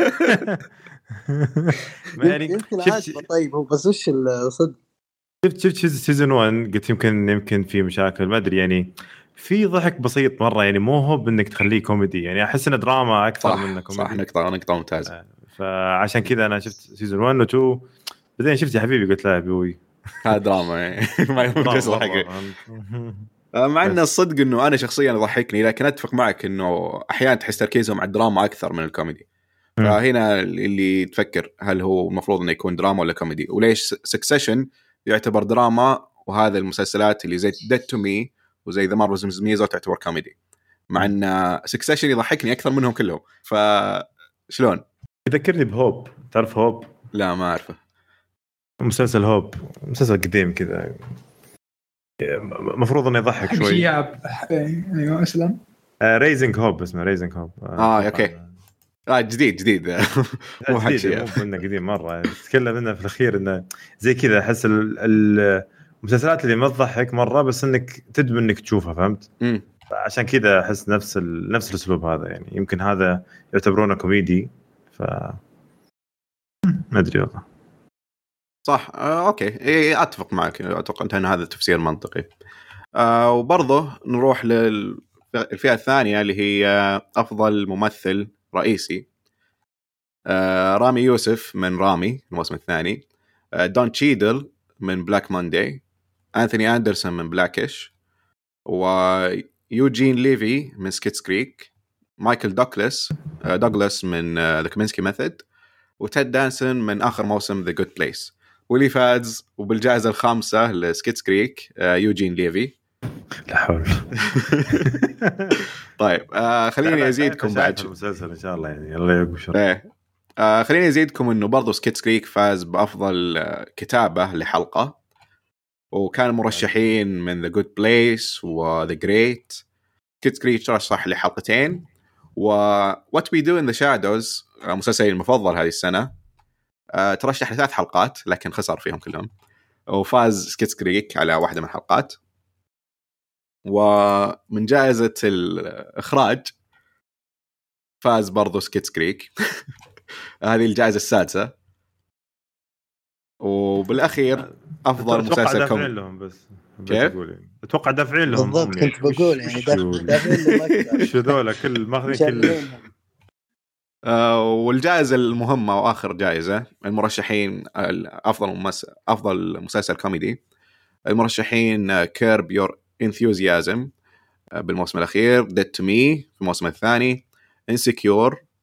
يعني يمكن عاجبه. طيب هو بس وش الصدق؟ شفت شفت سيزون واحد قلت يمكن يمكن في مشاكل ما أدري يعني في ضحك بسيط مرة يعني مو هو بإنك تخليه كوميدي يعني أحس إنه دراما أكثر منه كوميدي. صح نقطة نقطة ممتازة. فعشان كذا أنا شفت سيزون واحد و اثنين بعدين شفت يا حبيبي قلت لا يا أبوي هذا دراما ما يمكن حقه. مع ان الصدق انه انا شخصيا ضحكني لكن اتفق معك انه احيانا تحس تركيزهم على الدراما اكثر من الكوميدي. فهنا اللي تفكر هل هو المفروض انه يكون دراما ولا كوميدي. وليش سكسيشن يعتبر دراما وهذا المسلسلات اللي زي Dead to Me وزي The Marvelous Miss Maisel تعتبر كوميدي، مع ان سكسيشن يضحكني اكثر منهم كلهم. فشلون يذكرني بهوب. تعرف هوب؟ لا ما اعرفه. مسلسل هوب مسلسل قديم كذا مفروض انه يضحك شوي. شياب ايوه اسلم. ريزنج هوب اسمه ريزنج هوب. اه اوكي اه جديد جديد مو حق شيء مو انه قديم مره. تكلم انه في الاخير انه زي كذا احس المسلسلات اللي ما تضحك مره بس انك تدمن انك تشوفها فهمت. امم عشان كذا احس نفس ال... نفس الاسلوب هذا يعني يمكن هذا يعتبرونه كوميدي ف ما ادري والله. صح آه، اوكي إيه اتفق معك. اتوقع ان هذا التفسير منطقي. آه وبرضه نروح للفئه الثانيه اللي هي افضل ممثل رئيسي. آه رامي يوسف من رامي الموسم الثاني، آه دون تشيدل من بلاك مونداي، أنثوني أندرسون من بلاكيش، ويوجين ليفي من سكيتس كريك، مايكل دوغلاس آه دوغلاس من ذا كومينسكي ميثود، وتيد دانسون من آخر موسم ذا جود بليس. واللي فاز وبالجائزة الخامسة لسكيتس كريك آه يوجين ليفي. لا حول. طيب آه خليني أزيدكم بعد المسلسل إن شاء الله يعني الله يقوي. إيه آه خليني أزيدكم إنه برضو سكيتس كريك فاز بأفضل آه كتابة لحلقة، وكان مرشحين من The Good Place و The Great. سكيتس كريك ترشح لحلقتين، و What We Do in the Shadows مسلسلي المفضل هذه السنة آه ترشح لثلاث حلقات لكن خسر فيهم كلهم، وفاز سكيتس كريك على واحدة من الحلقات. ومن جائزة الإخراج فاز برضو سكيتس كريك هذه الجائزة السادسة. وبالأخير أفضل مسلسل كوميدي لهم بس كيف؟ أتوقع دافعين لهم بالضبط. كنت بقول يعني دافعين لهم شو ذولا كل ماخذين كل آه والجائزة المهمة وآخر جائزة المرشحين أفضل ممثل أفضل مسلسل كوميدي. المرشحين كيرب يور انثوزيازم بالموسم الأخير، Dead to Me في الموسم الثاني، Insecure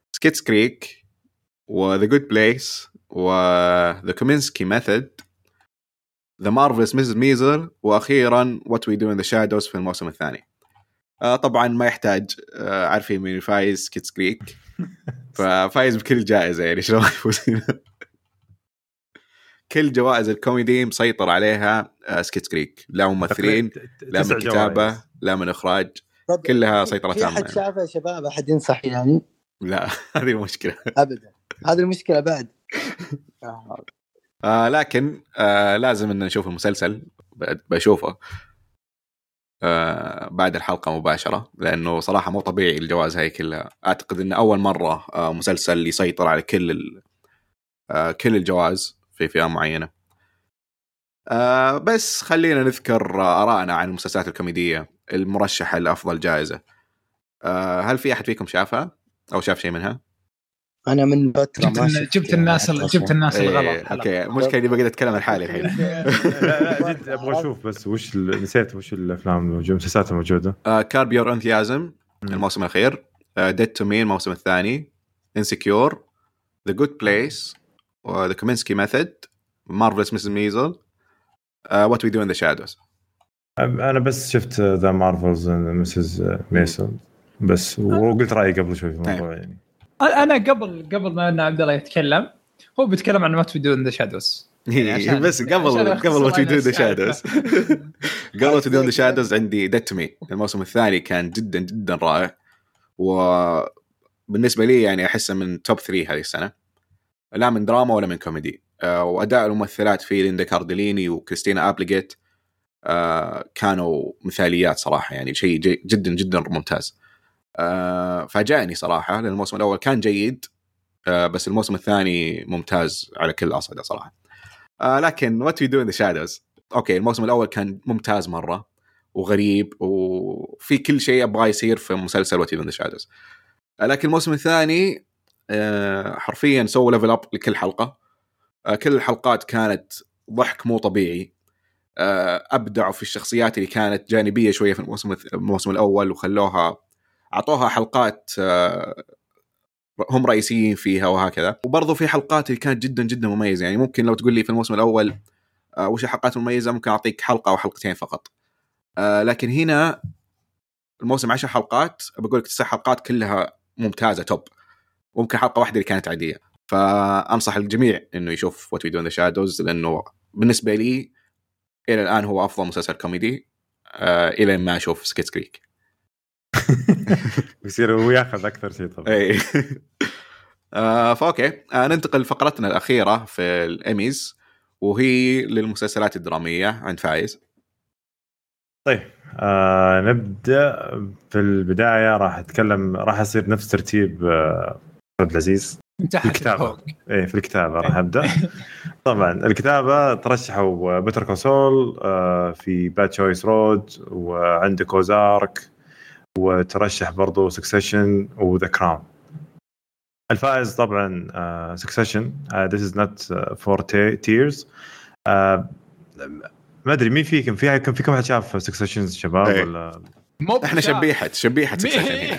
سكيتس كريك وذا جود بليس وذا كومينسكي ميثود ذا مارفلس ميسز ميزل واخيرا وات وي دو ان ذا شادوز في الموسم الثاني. آه طبعا ما يحتاج آه عارفين مين فايز سكيتس كريك ففايز بكل جائزه يعني شلون يفوزين كل جوائز الكوميدي مسيطر عليها آه سكيتس كريك، لا ممثلين لا من كتابه لا من اخراج كلها سيطرة تامة. في أحد شافه يا شباب؟ أحد ينصح يعني؟ لا هذه المشكلة أبدا، هذه المشكلة بعد. آه لكن آه لازم إن نشوف المسلسل، بشوفه آه بعد الحلقة مباشرة، لأنه صراحة مو طبيعي الجوائز هاي كلها. أعتقد إن أول مرة آه مسلسل يسيطر على كل آه كل الجوائز في فئة معينة. آه بس خلينا نذكر آه آرائنا عن المسلسلات الكوميدية المرشحة لأفضل جائزة. آه هل في أحد فيكم شافها أو شاف شيء منها؟ أنا من فترة ما جبت, جبت الناس جبت الناس ايه الغلط. اوكي مشكلة اللي بقيت اتكلم عن حالي الحين. لا لا جد ابغى اشوف بس وش نسيت وش الافلام الموجوده المسلسلات الموجوده. كارب يور انثيازم الموسم الاخير، ديد تو مي الموسم الثاني، انسكيور، ذا جود بليس، وذا كومينسكي ميثود، مارفلس ميسز ميزل، وات وي دو ان ذا شادوز. انا بس شفت ذا مارفلز ميسز ميزل بس وقلت رايي قبل شوي في الموضوع. يعني انا قبل قبل ما ان عبد الله يتكلم هو بيتكلم عن وات وي دو ان ذا شادوز بس قبل قبل وات وي دو ان ذا شادوز قبل وات وي دو ان ذا شادوز عندي ديد تو مي الموسم الثاني كان جدا جدا رائع، وبالنسبه لي يعني احسه من توب ثلاثة هذه السنه، لا من دراما ولا من كوميدي. واداء الممثلات فيه ليندا كارديليني وكريستينا ابليغيت كانوا مثاليات صراحه، يعني شيء جدا جدا ممتاز. فاجأني صراحه لأن الموسم الاول كان جيد بس الموسم الثاني ممتاز على كل أصعدة صراحة. آه لكن What We Do in the Shadows أوكي الموسم الأول كان ممتاز مرة وغريب وفي كل شيء أبغى يصير في مسلسل What We Do in the Shadows. آه لكن الموسم الثاني آه حرفيا سووا ليفل أب لكل حلقة. آه كل الحلقات كانت ضحك مو طبيعي. آه أبدعوا في الشخصيات اللي كانت جانبية شوية في الموسم الموسم الأول وخلوها أعطوها حلقات آه هم رئيسيين فيها وهكذا. وبرضو في حلقات اللي كانت جدا جدا مميزة، يعني ممكن لو تقول لي في الموسم الأول آه وش الحلقات المميزة ممكن أعطيك حلقة أو حلقتين فقط. آه لكن هنا الموسم عشر حلقات بقولك تسع حلقات كلها ممتازة توب، وممكن حلقة واحدة اللي كانت عادية. فأنصح الجميع إنه يشوف What We Do in the Shadows لأنه بالنسبة لي إلى الآن هو أفضل مسلسل كوميدي آه إلى ما أشوف سكيتس كريك. بيصير هو ياخذ أكثر شيء طبعا. إيه. آه فأوكي آه ننتقل لفقرتنا الأخيرة في الإيميز وهي للمسلسلات الدرامية عند فايز. طيب آه نبدأ في البداية. راح أتكلم راح أصير نفس ترتيب آه عبد العزيز في الكتابة. إيه في الكتابة راح أبدأ. طبعا الكتابة ترشحوا بيتر كول سول آه في باد تشويس رود، وعندك أوزارك، وترشح برضو سكسيشن وذا كراون. الفائز طبعا سكسيشن uh, uh, this is not uh, for tears. uh, ما ادري مين فيكم في كم فيكم واحد شاف سكسيشن شباب أي. ولا احنا شبيحه شبيحه سكسيشن.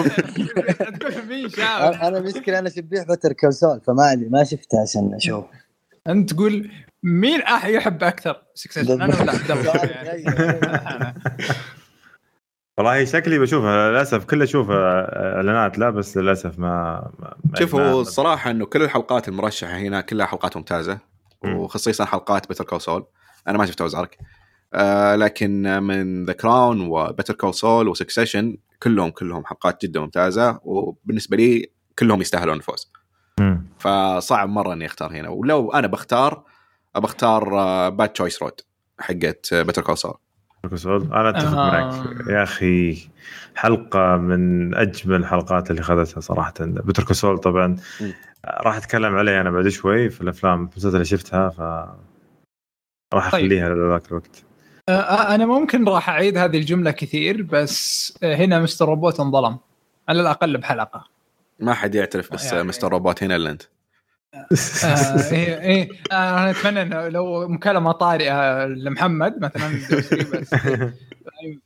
انا مشكله انا شبيح بتر كول فما ادري ما شفتها عشان اشوف. انت تقول مين اح يحب اكثر سكسيشن انا ولا عبد الله؟ والله شكلي بشوفها للأسف كله أشوفها إعلانات لا بس للأسف ما, ما شوفوا الصراحة إنه كل الحلقات المرشحة هنا كلها حلقات ممتازة م. وخصيصا حلقات بيتر كول سول أنا ما شفت وزارك آه لكن من ذا كراون وبيتر كول سول وسكسيشن كلهم كلهم حلقات جدا ممتازة وبالنسبة لي كلهم يستاهلون الفوز. م. فصعب مرة إني أختار هنا، ولو أنا بختار بختار باد تشويس رود حقت بيتر كول سول. أنا أتفق آه. معك يا أخي، حلقة من أجمل الحلقات اللي خذتها صراحة. بيتر كول سول طبعا م. راح أتكلم عليه أنا بعد شوي في الأفلام اللي شفتها، ف راح أخليها طيب. لذاك الوقت. آه أنا ممكن راح أعيد هذه الجملة كثير بس هنا مستر روبوت انظلم على الأقل بحلقة. ما حد يعترف بس يعني مستر روبوت هنا إلا أنت. آه إيه إيه آه أنا أتمنى إنه لو مكالمة طارئة لمحمد مثلاً بس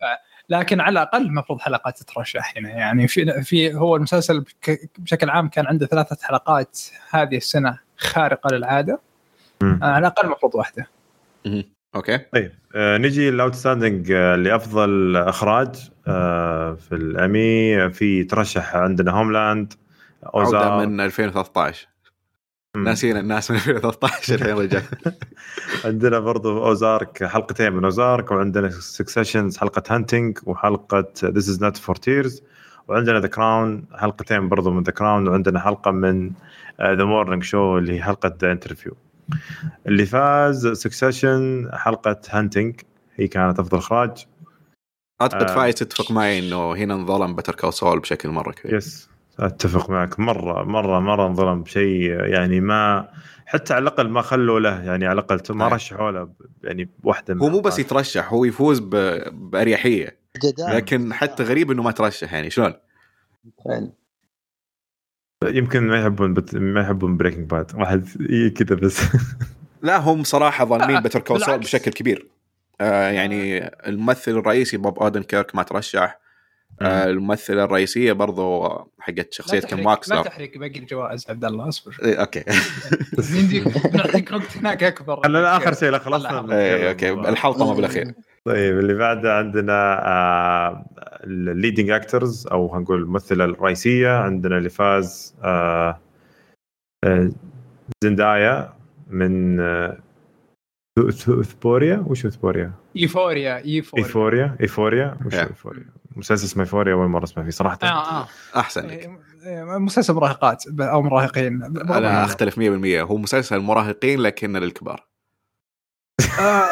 لكن على الاقل المفروض حلقات تترشح هنا. يعني في في هو المسلسل بشكل عام كان عنده ثلاثه حلقات هذه السنه خارقه للعاده، على الاقل المفروض واحده. اوكي طيب آه نجي الاوتستاندينج آه لافضل اخراج آه في الامي. في ترشح عندنا هوملاند، عودة من ألفين وثلاثة عشر. ناسين الناس من ألفين وثلاثة عشر الحين رجع. عندنا برضو أوزارك حلقتين من أوزارك، وعندنا سكسيشنز حلقة هانتينج وحلقة This is not for tears، وعندنا The Crown حلقتين برضو من The Crown، وعندنا حلقة من The Morning Show اللي هي حلقة The Interview. اللي فاز سكسيشن حلقة هانتينج هي كانت أفضل إخراج. أعتقد فايز تتفق معي إنه هنا انظلم بتر كول سول بشكل مرة كبير. يس أتفق معك مرة مرة مرة انظلم بشيء يعني ما حتى على الأقل ما خلوا له يعني على الأقل ما رشحوا له يعني واحدة. هو مو بس يترشح، هو يفوز بأريحية، لكن حتى غريب إنه ما ترشح. يعني شلون؟ يمكن ما يحبون بت... ما يحبون بريكنج باد واحد كذا بس. لا هم صراحة ظالمين بتر كول سول بشكل كبير. آه يعني الممثل الرئيسي بوب أودنكيرك ما ترشح. آه الممثلة الرئيسية برضو حقت شخصية كيم واكسلر. لا تحرق باقي الجوائز عبد الله اصبر. إيه أوكي. بنعطيك وقت هناك أكبر. لا آخر شيء لا خلصنا. إيه أوكي الحلقة ما بالأخير. طيب اللي بعده عندنا آه الليدنج أكترز أو هنقول الممثلة الرئيسية. عندنا اللي فاز آه آه زندايا من آه ثبوريا. وش ثبوريا؟ إيفوريا إيفوريا إيفوريا إيفوريا وش إيفوريا؟ مسلسل اسمه إيفوريا أول مرة اسمه فيه صراحة. آه آه. أحسن لك. مسلسل مراهقات أو مراهقين. أنا أختلف مية بالمية. هو مسلسل مراهقين لكن للكبار. آه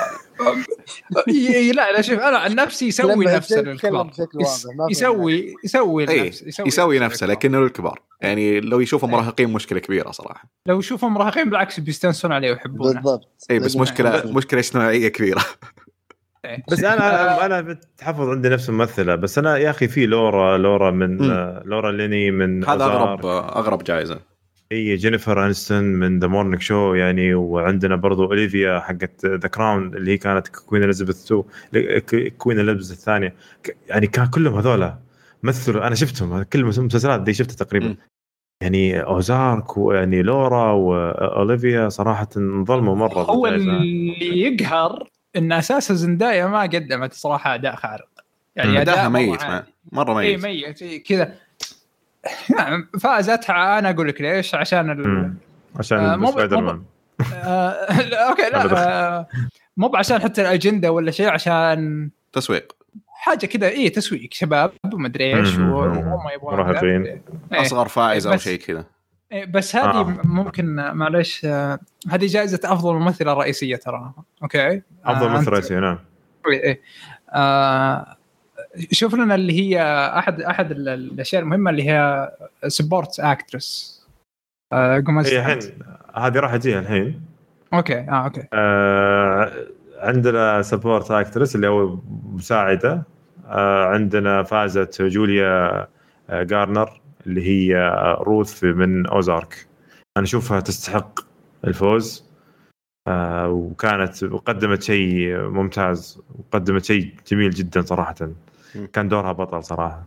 لا لا شوف أنا عن نفسي يسوي نفسه للكبار. يسوي يسوي نفسه يسوي, يسوي نفسه لكنه للكبار. يعني لو يشوفوا مراهقين مشكلة كبيرة صراحة. لو يشوفوا مراهقين بالعكس بيستانسون عليه ويحبونه. بالضبط. أي بس مشكلة مشكلة اجتماعية كبيرة. بس انا انا بتحفظ عندي نفس الممثله. بس انا يا اخي في لورا لورا من م. لورا ليني من هذا اغرب اغرب جائزه. هي جينيفر انستون من ذا مورنينج شو يعني. وعندنا برضو اوليفيا حقت ذا كراون اللي هي كانت كوين اليزابيث تو كوين اليزابيث الثانيه. يعني كان كلهم هذولا مثلوا. انا شفتهم كل المسلسلات دي شفتها تقريبا م. يعني اوزارك ويعني لورا واوليفيا صراحه انظلموا مره. هو اللي يقهر ان اساس زندايا ما قدمت صراحه اداء خارق. يعني اداءها ميت مره ميت. اي ميت كذا يعني. فازتها انا اقول لك ليش عشان ال... عشان آه سبايدر مان. آه اوكي لا آه مو عشان حتى الاجنده ولا شيء، عشان تسويق حاجه كذا. ايه تسويق شباب وما ادري ايش وهم يبغون مراهقين إيه. اصغر فائز او شيء كذا. بس هذه آه. ممكن معلش آه هذه جائزة أفضل ممثلة رئيسية ترى. أوكي أفضل ممثلة آه رئيسية نعم. إيه آه شوف لنا اللي هي أحد أحد الأشياء المهمة اللي هي سبورت أكترس. آه هي الحين هذه راح تجيها الحين. أوكي آه أوكي آه عندنا سبورت أكترس اللي هو مساعدة. آه عندنا فازت جوليا آه غارنر اللي هي روث من أوزارك. أنا أشوفها تستحق الفوز. آه وكانت وقدمت شيء ممتاز وقدمت شيء جميل جدا صراحة. كان دورها بطل صراحة.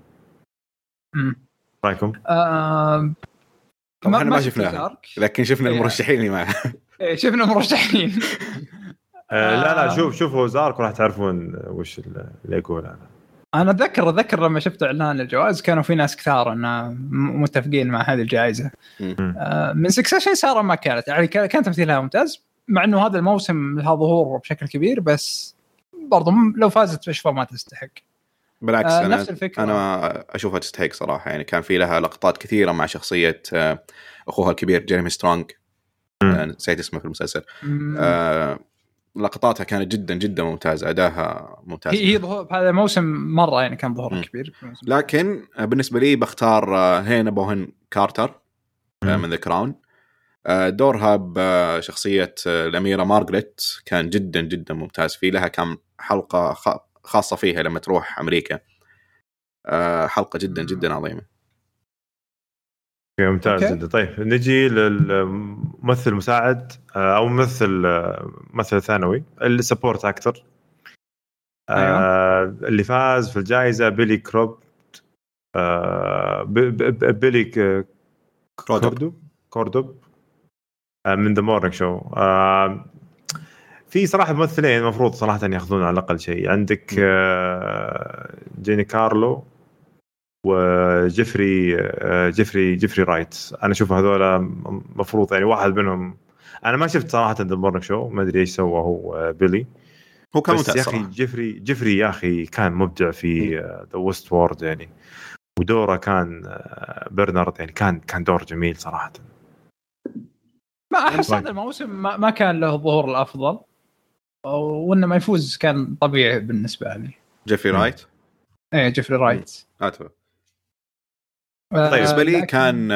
رأيكم؟ آه ما ما شفناها لكن شفنا المرشحين اللي معها. شفنا مرشحين. آه لا لا شوف شوفوا أوزارك وراح تعرفون وش اللي يقول. أنا أنا أتذكر أتذكر لما شفت إعلان الجوائز كانوا في ناس كثار أن متفقين مع هذه الجائزة. آه من سكسيشن سارة ما كانت يعني كان تمثيلها ممتاز، مع إنه هذا الموسم لها ظهور بشكل كبير، بس برضو لو فازت بشفة ما تستحق. بالعكس آه أنا أنا أشوفها تستحق صراحة. يعني كان في لها لقطات كثيرة مع شخصية آه أخوها الكبير جيريمي سترونغ. نسيت آه اسمه في المسلسل. آه لقطاتها كانت جدا جدا ممتازة، أداها ممتاز. هي ظهور هذا الموسم مرة يعني كان ظهور كبير. لكن بالنسبة لي بختار هينا بوهن كارتر من ذا كراون. دورها بشخصية الأميرة مارغريت كان جدا جدا ممتاز. في لها كم حلقة خاصة فيها لما تروح أمريكا. حلقة جدا جدا عظيمة. ممتاز جدا. طيب نجي للممثل مساعد او ممثل ممثل ثانوي السبورت اكتر. أيوة. اللي فاز في الجائزه بيلي كروب آه بيلي كوردوب كوردوب من ذا مورنينج شو. في صراحه ممثلين المفروض صراحه ياخذون على الاقل شيء. عندك آه جيني كارلو وجيفري آه جيفري جيفري رايت. انا اشوف هذول مفروض يعني واحد منهم. انا ما شفت صراحه ذا مورنينج شو ما ادري ايش سوى هو بيلي. هو كان بس يا اخي جيفري جيفري يا اخي كان مبدع في ذا ويست وورد يعني. ودوره كان برنارد يعني كان كان دور جميل صراحه. ما احس هذا الموسم ما, ما كان له ظهور الافضل وانه ما يفوز كان طبيعي بالنسبه لي. جيفري رايت ايه جيفري رايت اتوقع. طيب بالنسبه لي لكن... كان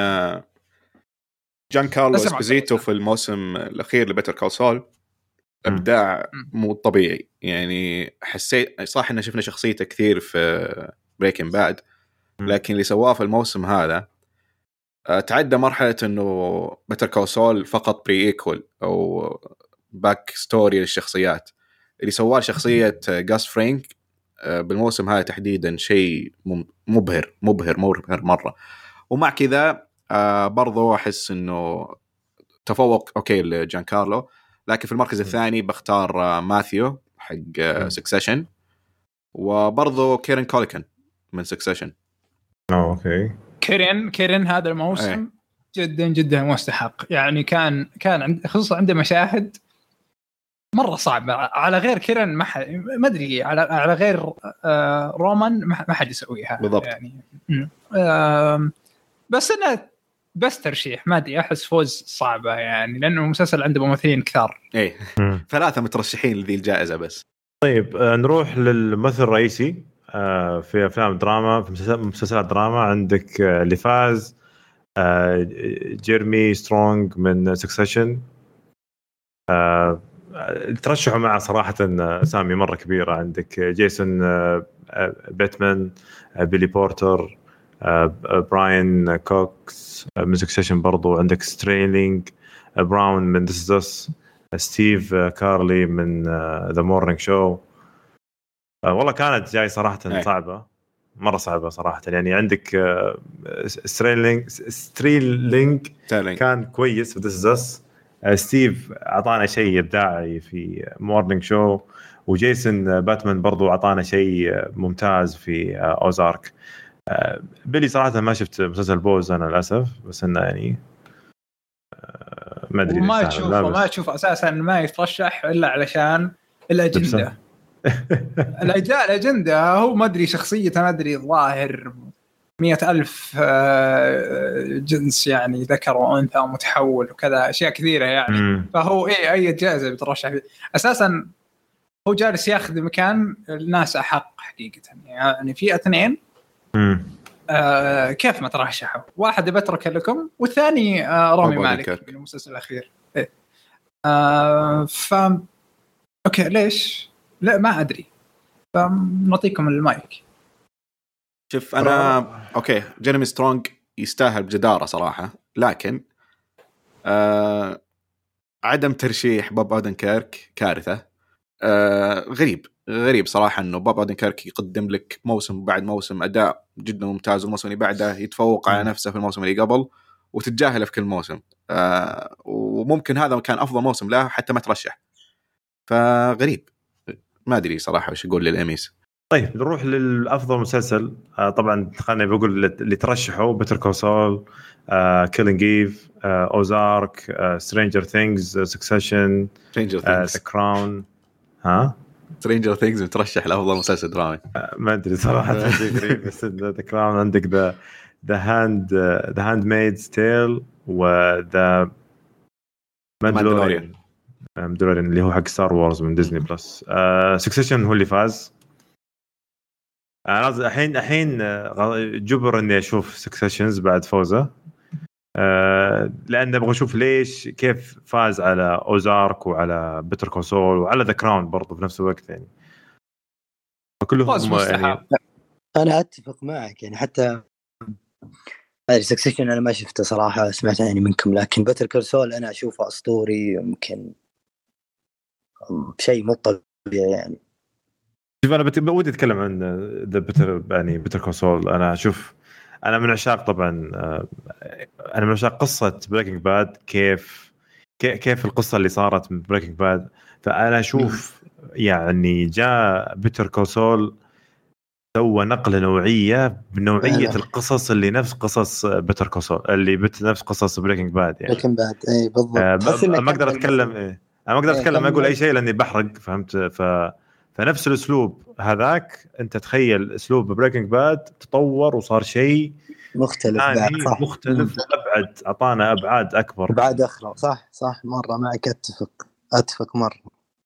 جان كارلو اسبوزيتو في الموسم الاخير لبيتر كول سول ابداع مو طبيعي يعني. حسيت صح ان شفنا شخصيته كثير في بريكنج باد لكن اللي سواه في الموسم هذا تعدى مرحله انه بيتر كول سول فقط بري ايكول او باك ستوري للشخصيات. اللي سواه شخصيه غاس فرانك بالموسم هذا تحديدا شيء مبهر مبهر مبهر مره. ومع كذا برضو احس انه تفوق اوكي لجان كارلو. لكن في المركز الثاني بختار ماثيو حق سكسيشن وبرضو كيرن كوليكن من سكسيشن. اوكي كيرن كيرن هذا الموسم أي. جدا جدا مستحق يعني. كان كان عند خصوصا عنده مشاهد مره صعبه على غير كيرن ما ما ادري على على غير آه رومان ما حد يسويها بالضبط يعني. آه بس انا بس ترشيح ما ادري احس فوز صعبه يعني لانه المسلسل عنده ممثلين كثار. ايه ثلاثه مترشحين لذي الجائزه بس. طيب آه نروح للممثل الرئيسي آه في افلام دراما في مسلسلات دراما. عندك آه اللي فاز آه جيرمي سترونج من سكسيشن. آه ترشحوا معه صراحه اسامي مره كبيره. عندك جيسون آه بيتمان آه بيلي بورتر آه براين كوكس من سكسيشن برضو. عندك ستريلينج آه براون من This Is Us آه ستيف آه كارلي من آه The Morning Show. آه والله كانت جاي صراحة أي. صعبة مرة صعبة صراحة يعني. عندك آه ستريلينج ستريلينج كان كويس في This Is Us. آه ستيف أعطانا شيء إبداعي في Morning Show. وجيسون آه باتمان برضو أعطانا شيء آه ممتاز في آه أوزارك. آه بيلي صراحة ما شفت مسلسل بوز أنا للأسف بس إنه يعني آه ما أدري ما تشوفه ما تشوف أساسا ما يترشح إلا علشان الأجندة. الأجندة الأجندة هو ما أدري شخصية ما أدري ظاهر مئة ألف آه جنس يعني ذكر وأنثى متحول وكذا أشياء كثيرة يعني. م. فهو إيه أي جائزة بترشح أساسا هو جالس ياخذ مكان الناس أحق حقيقة يعني. في اثنين آه كيف ما ترشحوا واحد بترك لكم والثاني آه رامي مالك من المسلسل الأخير. إيه. آه ف أوكي ليش لا ما أدري. فنعطيكم المايك. شوف أنا أوكي جيرمي سترونج يستاهل بجدارة صراحة لكن آه عدم ترشيح بوب أودنكيرك كارثة. آه غريب غريب صراحة إنه بوب أودنكيرك يقدم لك موسم بعد موسم أداء جدا ممتاز والموسم اللي بعده يتفوق على نفسه في الموسم اللي قبل وتتجاهله في كل موسم. آه وممكن هذا كان أفضل موسم له حتى ما ترشح. فغريب ما أدري صراحة وش يقول للأميس. طيب نروح للأفضل مسلسل. آه طبعا خلينا بقول اللي ترشحوا بيتر كول سول آه كيلينج إيف آه أوزارك آه سترينجر ثينجز سكسيشن ذا كراون. ها سترينجر ثينجز مترشح لأفضل مسلسل درامي. آه ما أدري صراحة بس ذا كراون. عندك ذا ذا هاند ذا هاند ميدز تيل وذا ماندلوريان ماندلوريان اللي هو حق ستار وورز من ديزني بلس. سكسيشن هو اللي فاز. انا الحين الحين جبر اني اشوف سكسيشنز بعد فوزه أه لان ابغى اشوف ليش كيف فاز على اوزارك وعلى بيتر كول سول وعلى ذا كراون برضه في نفس الوقت يعني. كلهم يعني انا اتفق معك يعني. حتى هذا سكسيشن انا ما شفته صراحه سمعت يعني منكم لكن بيتر كول سول انا اشوفه اسطوري يمكن شيء مو طبيعي يعني. شوف انا بت- ودي اتكلم عن ذا بيتر يعني بيتر كونسول. انا اشوف انا من عشاق طبعا آه، انا من عشاق قصه بريكنج باد. كيف كي- كيف القصه اللي صارت من بريكنج باد. فانا اشوف يعني جاء بيتر كونسول سوى نقله نوعيه بنوعيه فعلا. القصص اللي نفس قصص بيتر كونسول اللي بت نفس قصص بريكنج باد يعني. لكن بعد اي بالضبط آه، تحس انه ما اقدر كمل اتكلم مثلاً. إيه. انا ما اقدر إيه، اتكلم ما اقول اي كمل. شيء لاني بحرق فهمت. ف فنفس الاسلوب هذاك انت تخيل اسلوب بريكنج باد تطور وصار شيء مختلف بعد ثاني صح. مختلف وابعد، اعطانا ابعاد اكبر. بعد اخره صح صح مره معك اتفق اتفق مره.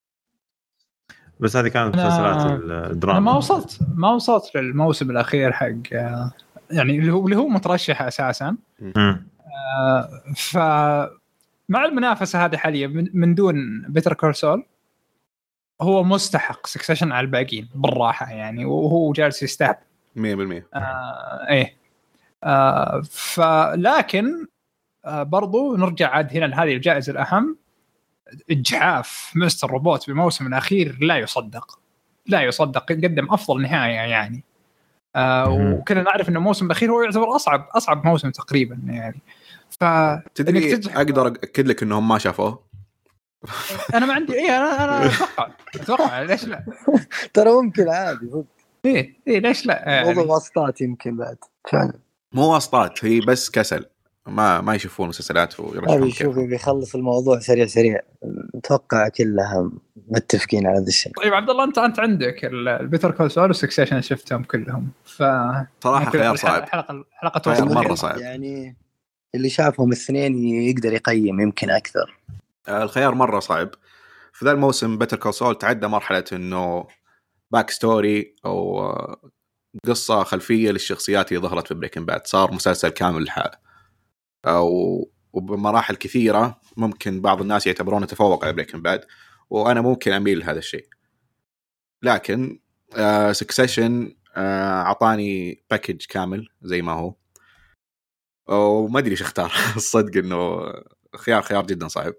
بس هذه كانت مسلسلات الدراما. انا ما وصلت ما وصلت للموسم الاخير حق يعني اللي هو اللي هو مترشح اساسا. آه ف مع المنافسه هذه حاليا من, من دون بيتر كول سول هو مستحق سكسيشن على الباقيين بالراحه يعني، وهو جالس يستهبل مية بالمية. آه ايه آه فلكن آه برضو نرجع عاد هنا لهذه الجائزه الاهم. اجحاف مستر روبوت بالموسم الاخير لا يصدق لا يصدق قدم افضل نهايه يعني. آه وكنا نعرف انه الموسم الاخير هو يعتبر اصعب اصعب موسم تقريبا يعني. ف تدري اقدر اكد لك انهم ما شافوه. انا ما عندي ايه انا انا اتوقع اتوقع ليش لا ترى ممكن عادي صدق. ايه ايه ليش لا يعني. موضوع واسطات يمكن بعد فعلا. مو واسطات، هي بس كسل، ما ما يشوفون مسلسلات ويرشحون ابي يشوف بيخلص الموضوع سريع سريع. اتوقع كلها متفقين على هذا الشيء. طيب عبد الله انت انت عندك البيتر كول سول والسكسيشن شفتهم كلهم. ف صراحه خيار صعب. حلقه حلقه توصل مره صعب يعني اللي شافهم اثنين يقدر يقيم يمكن اكثر. الخيار مره صعب. في ذا الموسم بيتر كول سول تعدى مرحله انه باك ستوري او قصه خلفيه للشخصيات اللي ظهرت في بريكنج باد، صار مسلسل كامل لحاله او وبمراحل كثيره ممكن بعض الناس يعتبرونه تفوق على بريكنج باد، وانا ممكن اميل لهذا الشيء. لكن سكسيشن اعطاني باكج كامل زي ما هو، وما ادري ايش اختار. الصدق انه خيار خيار جدا صعب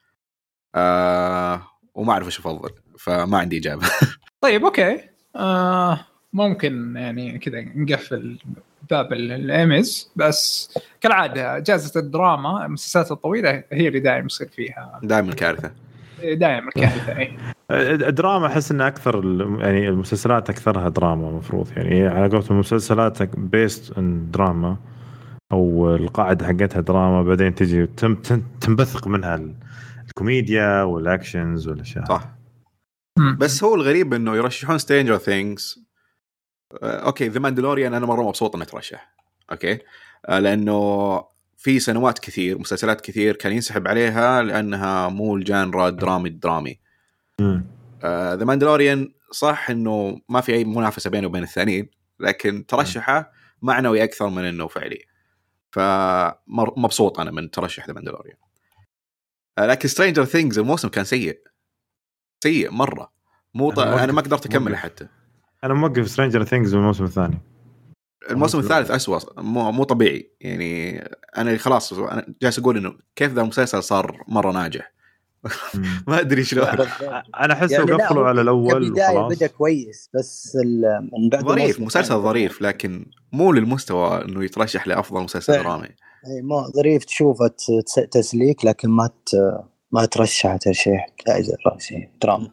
أه وما اعرف ايش افضل، فما عندي اجابه. طيب اوكي آه ممكن يعني كذا نقفل باب الاميز. بس كالعاده جائزه الدراما المسلسلات الطويله هي اللي دائما يصير فيها دائما كارثه دائما كارثه. اي الدراما احس ان اكثر يعني المسلسلات اكثرها دراما مفروض يعني على قولة المسلسلات بيست ان دراما او القاعده حقتها دراما، بعدين تجي تم تنبثق منها الكوميديا والاكشنز والاشياء. صح. بس هو الغريب انه يرشحون سترينجر ثينجز. اوكي ذا ماندلوريان انا مره مبسوط انه ترشح اوكي آه لانه في سنوات كثير مسلسلات كثير كان ينسحب عليها لانها مو الجانرا درامي درامي. ذا ماندلوريان صح انه ما في اي منافسه بينه وبين الثانيين، لكن ترشحه معنوي اكثر من انه فعلي، فمبسوط انا من ترشح ذا ماندلوريان. آه لكن سترينجر ثينجز الموسم كان سيء سيء مره، مو ط... أنا, انا ما قدرت اكمل حتى. انا موقف سترينجر ثينجز الموسم الثاني. الموسم الثالث أسوأ، مو مو طبيعي يعني. انا خلاص انا جالس اقول انه كيف ذا المسلسل صار مره ناجح. ما ادري شلون. انا احس يعني وقفلوا على الاول كبدايه بدا كويس بس من بعد ظريف مسلسل ظريف، لكن مو للمستوى انه يترشح لافضل مسلسل درامي. اي ما ظريف تشوفه تسليك لكن ما ما ترشح ترشيح جائزه رئيسيه دراما.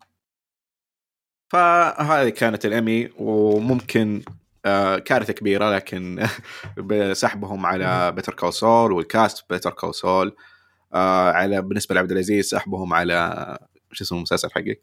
فهذه كانت الامي، وممكن آه كارثه كبيره لكن بسحبهم على بيتر كول سول والكاست بيتر كول سول. آه على بالنسبه لعبد العزيز سحبهم على ايش اسمه المسلسل حقك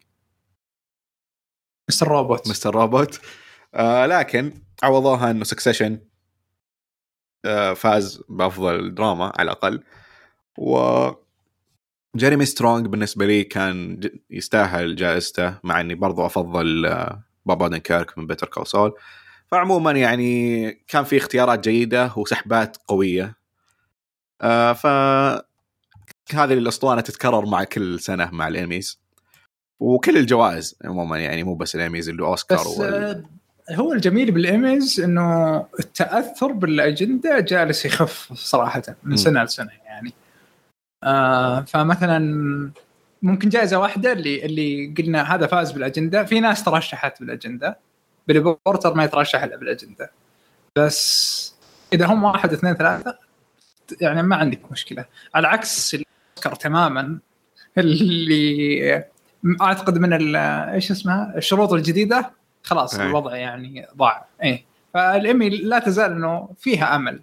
مستر روبوت مستر روبوت آه لكن عوضوها انه سكسيشن آه فاز بافضل دراما على الاقل. و جيريمي سترونج بالنسبه لي كان يستاهل جائزته، مع اني برضو افضل آه بوب اودنكيرك من بيتر كول سول. فعموما يعني كان في اختيارات جيده وسحبات قويه. آه ف هذه الاسطوانه تتكرر مع كل سنه مع الاميز وكل الجوائز عموما يعني، مو بس الاميز اللي اوسكار. وال... هو الجميل بالاميز انه التاثر بالاجنده جالس يخف صراحه من سنه م. لسنه يعني. آه فمثلا ممكن جائزه واحده اللي اللي قلنا هذا فاز بالاجنده. في ناس ترشحت بالاجنده، بيلي بورتر ما يترشح الا بالاجنده. بس اذا هم واحد اثنين ثلاثه يعني ما عندك مشكله، على عكس الاوسكار تماما اللي اعتقد من ايش اسمها الشروط الجديده خلاص أي. الوضع يعني ضاع. ايه فالإيمي لا تزال انه فيها امل.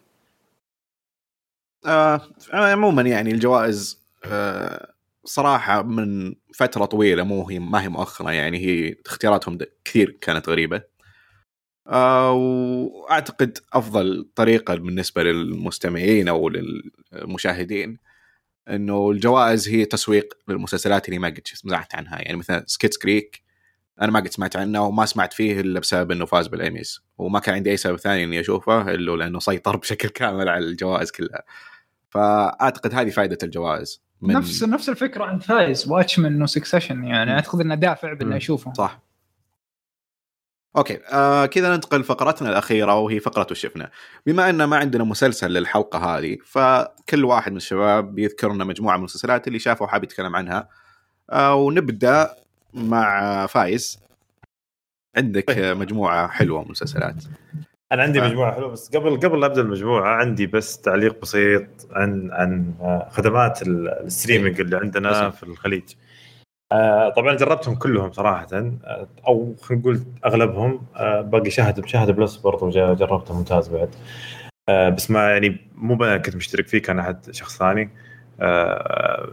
آه عموما يعني الجوائز آه صراحه من فتره طويله، مو هي ما هي مؤخرا، يعني هي اختياراتهم كثير كانت غريبه. آه واعتقد افضل طريقه بالنسبه للمستمعين او للمشاهدين انه الجوائز هي تسويق للمسلسلات اللي ما قد سمعت عنها. يعني مثلا سكيتس كريك انا ما قد سمعت عنه وما سمعت فيه الا بسبب انه فاز بالايميز، وما كان عندي اي سبب ثاني اني اشوفه الا لانه سيطر بشكل كامل على الجوائز كلها. فاعتقد هذه فائده الجوائز. من نفس نفس الفكره عند فايز واتشمان وسكسيشن، يعني اعتقد انه دافع بانه اشوفه. صح. اوكي آه كذا ننتقل لفقرتنا الاخيره وهي فقره وشفنا. بما ان ما عندنا مسلسل للحلقه هذه، فكل واحد من الشباب بيذكر لنا مجموعه من المسلسلات اللي شافه وحاب يتكلم عنها. آه ونبدا مع فايز. عندك مجموعه حلوه من مسلسلات. انا عندي ف... مجموعه حلوه، بس قبل قبل ابدا المجموعه عندي بس تعليق بسيط عن عن خدمات الستريمينج اللي عندنا بسيط. في الخليج. آه طبعا جربتهم كلهم صراحه، او خلينا نقول اغلبهم. آه باقي شاهد بشاهد بلس برضو جربته ممتاز بعد. آه بس ما يعني مو انا كنت مشترك فيه، كان احد شخص ثاني. آه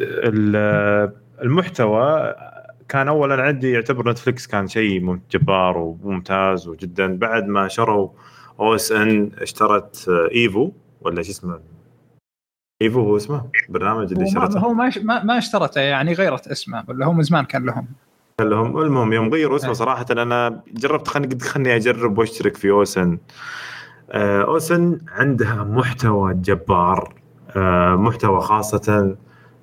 المحتوى كان اولا عندي يعتبر نتفليكس كان شيء جبار وممتاز وجدا. بعد ما شروا او اس ان اشترت ايفو ولا شو اسمه، ايفو هو اسمه برنامج اللي اشترته. هو ما ما, ما اشترته يعني غيرت اسمه، ولا هو من زمان كان لهم كان لهم. المهم يوم غيروا اسمه صراحه انا جربت خلني قد خلني اجرب واشترك في اوسن. اوسن عندها محتوى جبار، محتوى خاصه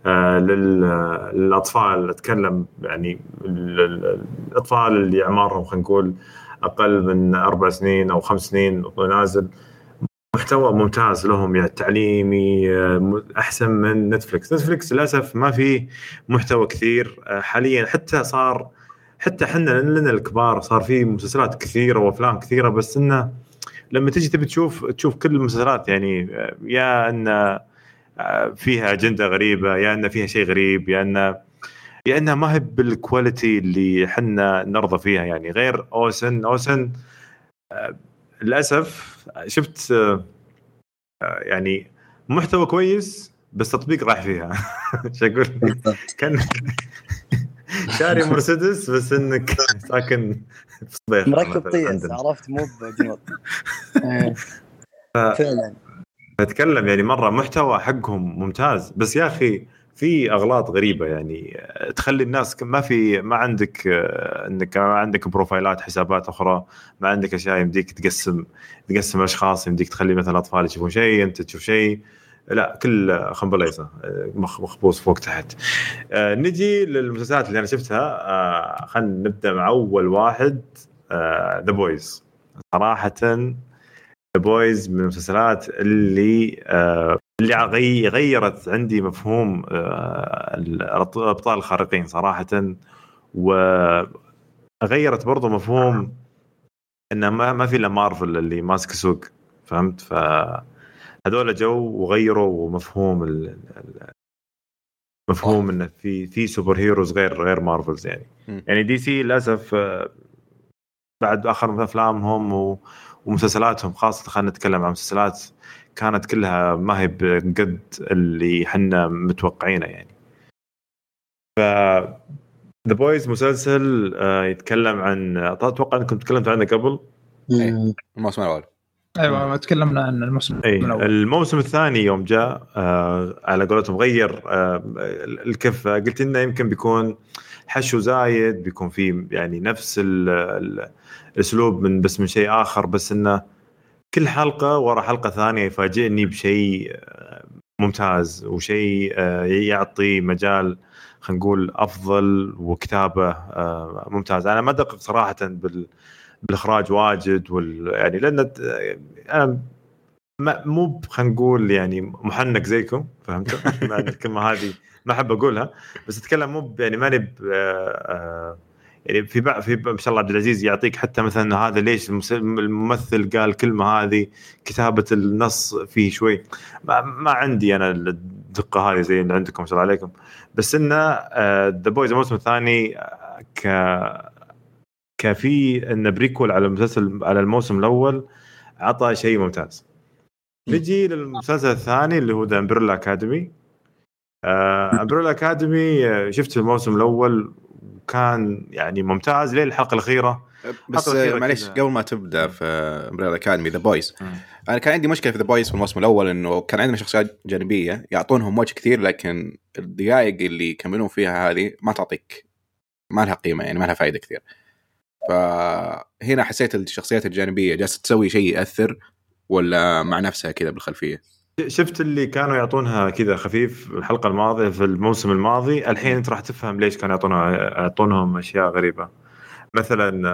للأطفال. أتكلم يعني الأطفال اللي أعمارهم خلينا نقول أقل من أربع سنين أو خمس سنين ونازل. محتوى ممتاز لهم يعني تعليمي أحسن من نتفليكس. نتفليكس للأسف ما في محتوى كثير حاليا، حتى صار حتى حنا لنا الكبار صار في مسلسلات كثيرة وأفلام كثيرة، بس إنه لما تيجي تبي تشوف تشوف كل المسلسلات يعني يا إن فيها أجندة غريبة، يا أن فيها شيء غريب، يا أن يا أنها ما هي بالكواليتي اللي حنا نرضى فيها. يعني غير أوسن أوسن آه للأسف شفت آه يعني محتوى كويس بس تطبيق راح فيها. شكل كان شاري مرسيدس بس إنك ساكن في صبيح مركب طيس، عرفت مو بجنوط فعلا. أتكلم يعني مرة محتوى حقهم ممتاز، بس يا أخي في أغلاط غريبة يعني تخلي الناس ما في ما عندك إنك ما عندك بروفايلات حسابات أخرى، ما عندك أشياء يمديك تقسم تقسم أشخاص، يمديك تخلي مثلا أطفال يشوفون شيء أنت تشوف شيء، لا كل خنبليصة مخبوص فوق تحت. آه نجي للمسلسلات اللي أنا شفتها. آه خلينا نبدأ مع أول واحد، ذا بويز. صراحة The Boys من المسلسلات اللي آه اللي غيرت عندي مفهوم آه الأبطال الخارقين صراحة، وغيرت برضو مفهوم إنه ما ما في إلا مارفل اللي ماسك سوق، فهمت؟ فهذول جو وغيروا مفهوم مفهوم إنه في في سوبر هيروز غير غير مارفلز يعني. يعني دي سي للأسف آه بعد آخر أفلامهم و ومسلسلاتهم خاصة، خلينا نتكلم عن مسلسلات كانت كلها ما هي بقد اللي حنا متوقعينه يعني. ف The Boys مسلسل يتكلم عن، أتوقع أنكم تكلمتوا عنه قبل الموسم الأول. أيوة ما تكلمنا عن الموسم الأول. الموسم الثاني يوم جاء على قولتهم غير الكفة. قلت إنه يمكن بيكون حشو زايد، بيكون فيه يعني نفس الأسلوب من بس من شيء آخر، بس إنه كل حلقة ورا حلقة ثانية يفاجئني بشيء ممتاز وشيء يعطي مجال خلينا نقول أفضل وكتابة ممتاز. أنا ما أدقق صراحة بالإخراج واجد وال يعني، لأن أنا ما مو خلينا نقول يعني محنك زيكم فهمتوا الكلمه هذه ما احب اقولها بس اتكلم مو يعني ماني يعني في بقى في ما شاء الله عبد العزيز يعطيك حتى مثلا هذا ليش الممثل قال الكلمه هذه كتابه النص فيه شوي ما, ما عندي انا الدقه هذه زي اللي عندكم ما شاء الله عليكم بس انه ذا بويز الموسم الثاني ك كفي ان بريكول على المسلسل على الموسم الاول عطى شيء ممتاز. نجي للمسلسل الثاني اللي هو ذا امبريلا اكاديمي. امبريلا اكاديمي شفت الموسم الاول وكان يعني ممتاز لين الحلقه الاخيره. بس معليش قبل ما تبدا في امبريلا اكاديمي ذا بويز انا كان عندي مشكله في ذا بويز في الموسم الاول انه كان عندنا شخصيات جانبيه يعطونهم وجه كثير لكن الدقائق اللي يكملون فيها هذه ما تعطيك ما لها قيمه يعني ما لها فائده كثير. فهنا حسيت الشخصيات الجانبيه جالسه تسوي شيء ياثر ولا مع نفسها كذا بالخلفيه. شفت اللي كانوا يعطونها كذا خفيف الحلقه الماضيه في الموسم الماضي الحين انت راح تفهم ليش كانوا يعطونها يعطونهم اشياء غريبه مثلا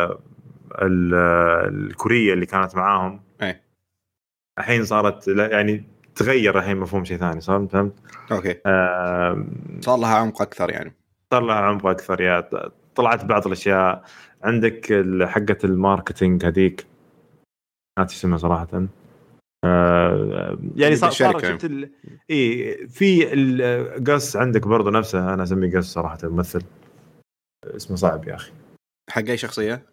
الكوريه اللي كانت معاهم اي الحين صارت يعني تغير الحين مفهوم شيء ثاني صار فهمت اوكي آه صار لها عمق اكثر يعني صار لها عمق اكثر يا طلعت بعض الاشياء عندك حقه الماركتينج هذيك ناسي اسمها صراحه آه يعني صار صار شفت ال... اي في القص عندك برضه نفسه انا اسميه قص صراحه الممثل اسمه صعب يا اخي حق اي شخصيه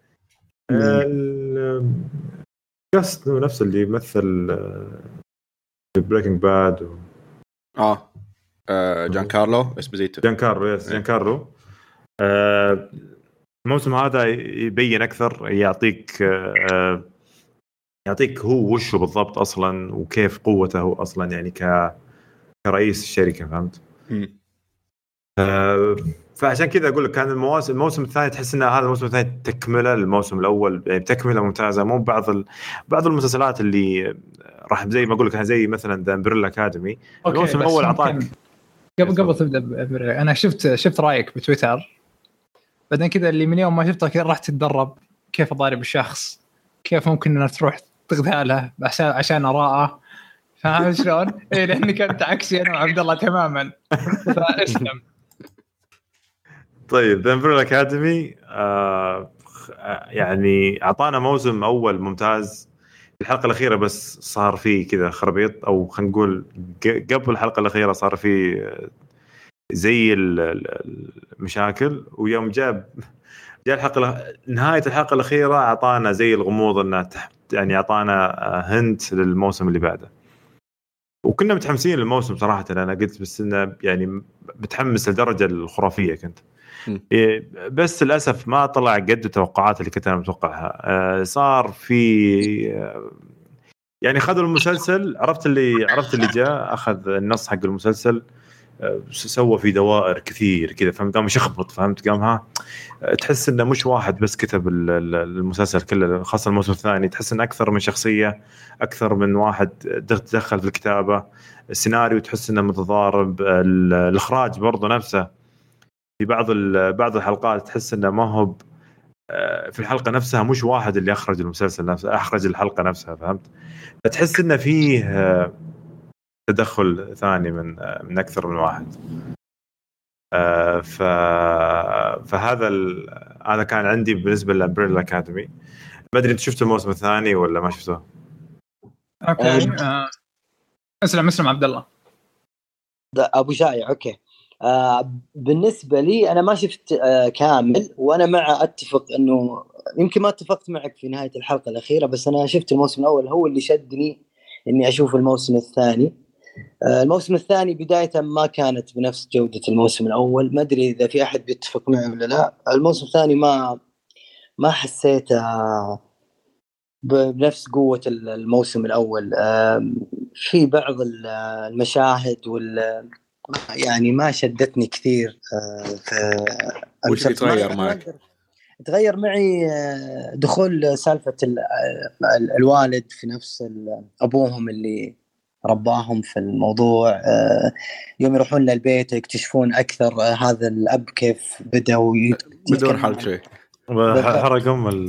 القص نفس اللي يمثل بريكنج باد و... اه, آه جان كارلو اسبوزيتو جان كارلو يس جان كارلو آه الموسم هذا يبين اكثر يعطيك آه يعطيك هو وشه بالضبط اصلا وكيف قوته هو اصلا يعني ك كرئيس الشركه فهمت آه فعشان كذا اقول لك كان المواسم الموسم الثاني تحس ان هذا الموسم الثاني تكمله للموسم الاول يعني تكمله ممتازه مو بعض ال... بعض المسلسلات اللي راح زي ما اقول لك زي مثلا ذا امبريلا اكاديمي الموسم الاول اعطاك قبل قبل تبدا انا شفت شفت رايك بتويتر بعدين كذا اللي من يوم ما شفته كذا راح تتدرب كيف اضارب الشخص كيف ممكن انك تروح تغذاله عشان عشان اراءه فاهم شلون ايه لاني كنت عكسي انا وعبد الله تماما فاسلم. طيب ذا امبريلا اكاديمي آه يعني اعطانا موسم اول ممتاز الحلقه الاخيره بس صار فيه كذا خربيط او خلينا نقول قبل الحلقه الاخيره صار فيه زي المشاكل ويوم جاب جاء الحلقه نهايه الحلقه الاخيره اعطانا زي الغموض انه يعني اعطانا هنت للموسم اللي بعده وكنا متحمسين للموسم صراحه انا قلت بس انه يعني بتحمس لدرجه الخرافيه كنت بس للاسف ما طلع قد التوقعات اللي كنت انا متوقعها صار في يعني خذوا المسلسل عرفت اللي عرفت اللي جاء اخذ النص حق المسلسل سوى في دوائر كثير كذا فهمت قام يشخبط فهمت قام ها تحس انه مش واحد بس كتب المسلسل كله خاصه الموسم الثاني تحس ان اكثر من شخصيه اكثر من واحد دخل في الكتابه السيناريو تحس انه متضارب الاخراج برضه نفسه في بعض بعض الحلقات تحس انه ما هو في الحلقه نفسها مش واحد اللي اخرج المسلسل نفسه اخرج الحلقه نفسها فهمت فتحس انه فيه تدخل ثاني من من اكثر من واحد ف فهذا ال... هذا كان عندي بالنسبه لامبريلا اكاديمي ما ادري انت شفت الموسم الثاني ولا ما شفته اوكي آه. اسلم اسلم عبد الله ابو شايع اوكي آه بالنسبه لي انا ما شفت آه كامل وانا مع اتفق انه يمكن ما اتفقت معك في نهايه الحلقه الاخيره بس انا شفت الموسم الاول هو اللي شدني اني اشوف الموسم الثاني. آه الموسم الثاني بدايه ما كانت بنفس جوده الموسم الاول ما ادري اذا في احد بيتفق معي ولا لا. الموسم الثاني ما ما حسيت آه بنفس قوه الموسم الاول. آه في بعض المشاهد وال يعني ما شدتني كثير. في وش اللي تغير معك؟ تغير معي دخول سالفة الوالد في نفس أبوهم اللي رباهم في الموضوع. يوم يروحون للبيت يكتشفون أكثر هذا الأب كيف بدأوا بدور حرق شيء حرقهم ال...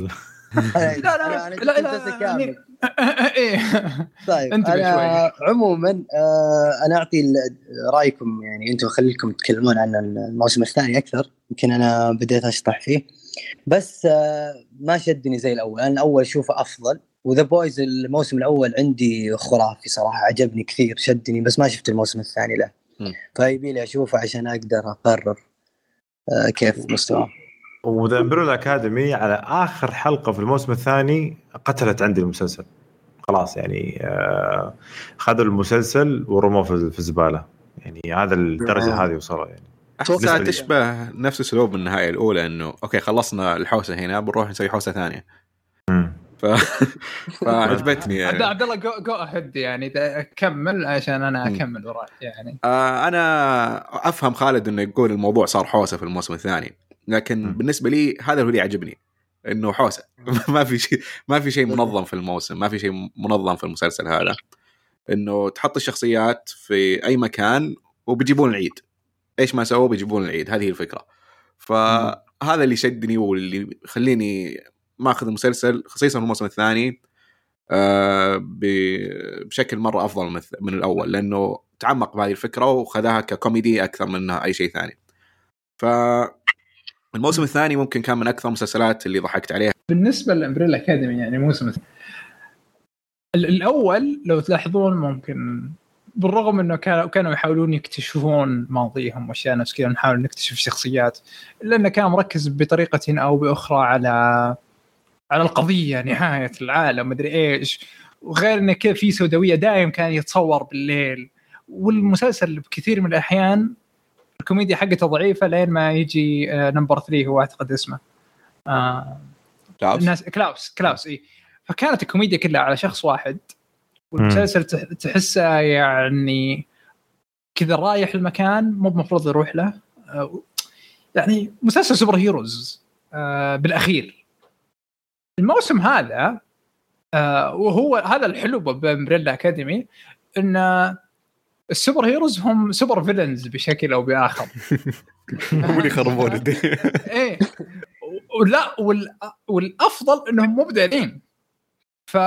لا لا لا لا يعني ايه طيب انا عموما انا اعطي رايكم يعني انتم خليكم تتكلمون عن الموسم الثاني اكثر. يمكن انا بديت اشطح فيه بس ما شدني زي الاول. انا الاول اشوفه افضل، وذا بويز الموسم الاول عندي خرافي صراحه، عجبني كثير شدني، بس ما شفت الموسم الثاني له، فيبي لي اشوفه عشان اقدر اقرر كيف مستواه. وذا امبريلا اكاديمي على اخر حلقه في الموسم الثاني قتلت عندي المسلسل خلاص يعني. آه خذوا المسلسل ورموه في الزباله يعني. هذا الدرجه آه. هذه وصلوا يعني. أحسها تشبه نفس اسلوب النهايه الاولى، انه اوكي خلصنا الحوسه هنا بنروح نسوي حوسه ثانيه. ف... فعجبتني يعني. عبد الله جو جو اهد يعني اكمل عشان انا اكمل وراي يعني. آه انا افهم خالد انه يقول الموضوع صار حوسه في الموسم الثاني، لكن م. بالنسبه لي هذا هو اللي يعجبني، انه حوسه ما في شيء ما في شيء منظم في الموسم، ما في شيء منظم في المسلسل هذا، انه تحط الشخصيات في اي مكان وبيجيبون العيد، ايش ما سووا بيجيبون العيد، هذه الفكره. فهذا اللي شدني واللي خليني ما اخذ المسلسل خصيصا في الموسم الثاني آه بشكل مره افضل من الاول، لانه تعمق بهذه الفكره وخذاها ككوميدي اكثر منها اي شيء ثاني. فالموسم الثاني ممكن كان من اكثر المسلسلات اللي ضحكت عليها بالنسبه للامبريلا اكاديمي. يعني الموسم الاول لو تلاحظون ممكن بالرغم انه كانوا كانوا يحاولون يكتشفون ماضيهم واشياء نفس كذا، نحاول نكتشف شخصيات، لانه كان مركز بطريقه او باخرى على على القضيه نهايه العالم مدري ايش، وغير انه كذا في سوداويه دائم كان يتصور بالليل. والمسلسل بكثير من الاحيان الكوميديا حقته ضعيفه لين ما يجي نمبر ثلاثة هو اعتقد اسمه آه كلاوس. الناس كلاوس كلاوس اي. فكانت الكوميديا كلها على شخص واحد، والمسلسل تحسه يعني كذا رايح المكان مو مفروض يروح له. يعني مسلسل سوبر هيروز بالاخير. الموسم هذا وهو هذا الحلو بامبريلا اكاديمي، ان السوبر هيروز هم سوبر فيلنز بشكل او باخر. هم اللي يخربون الدنيا. ايه ولا والافضل انهم مبدعين. ف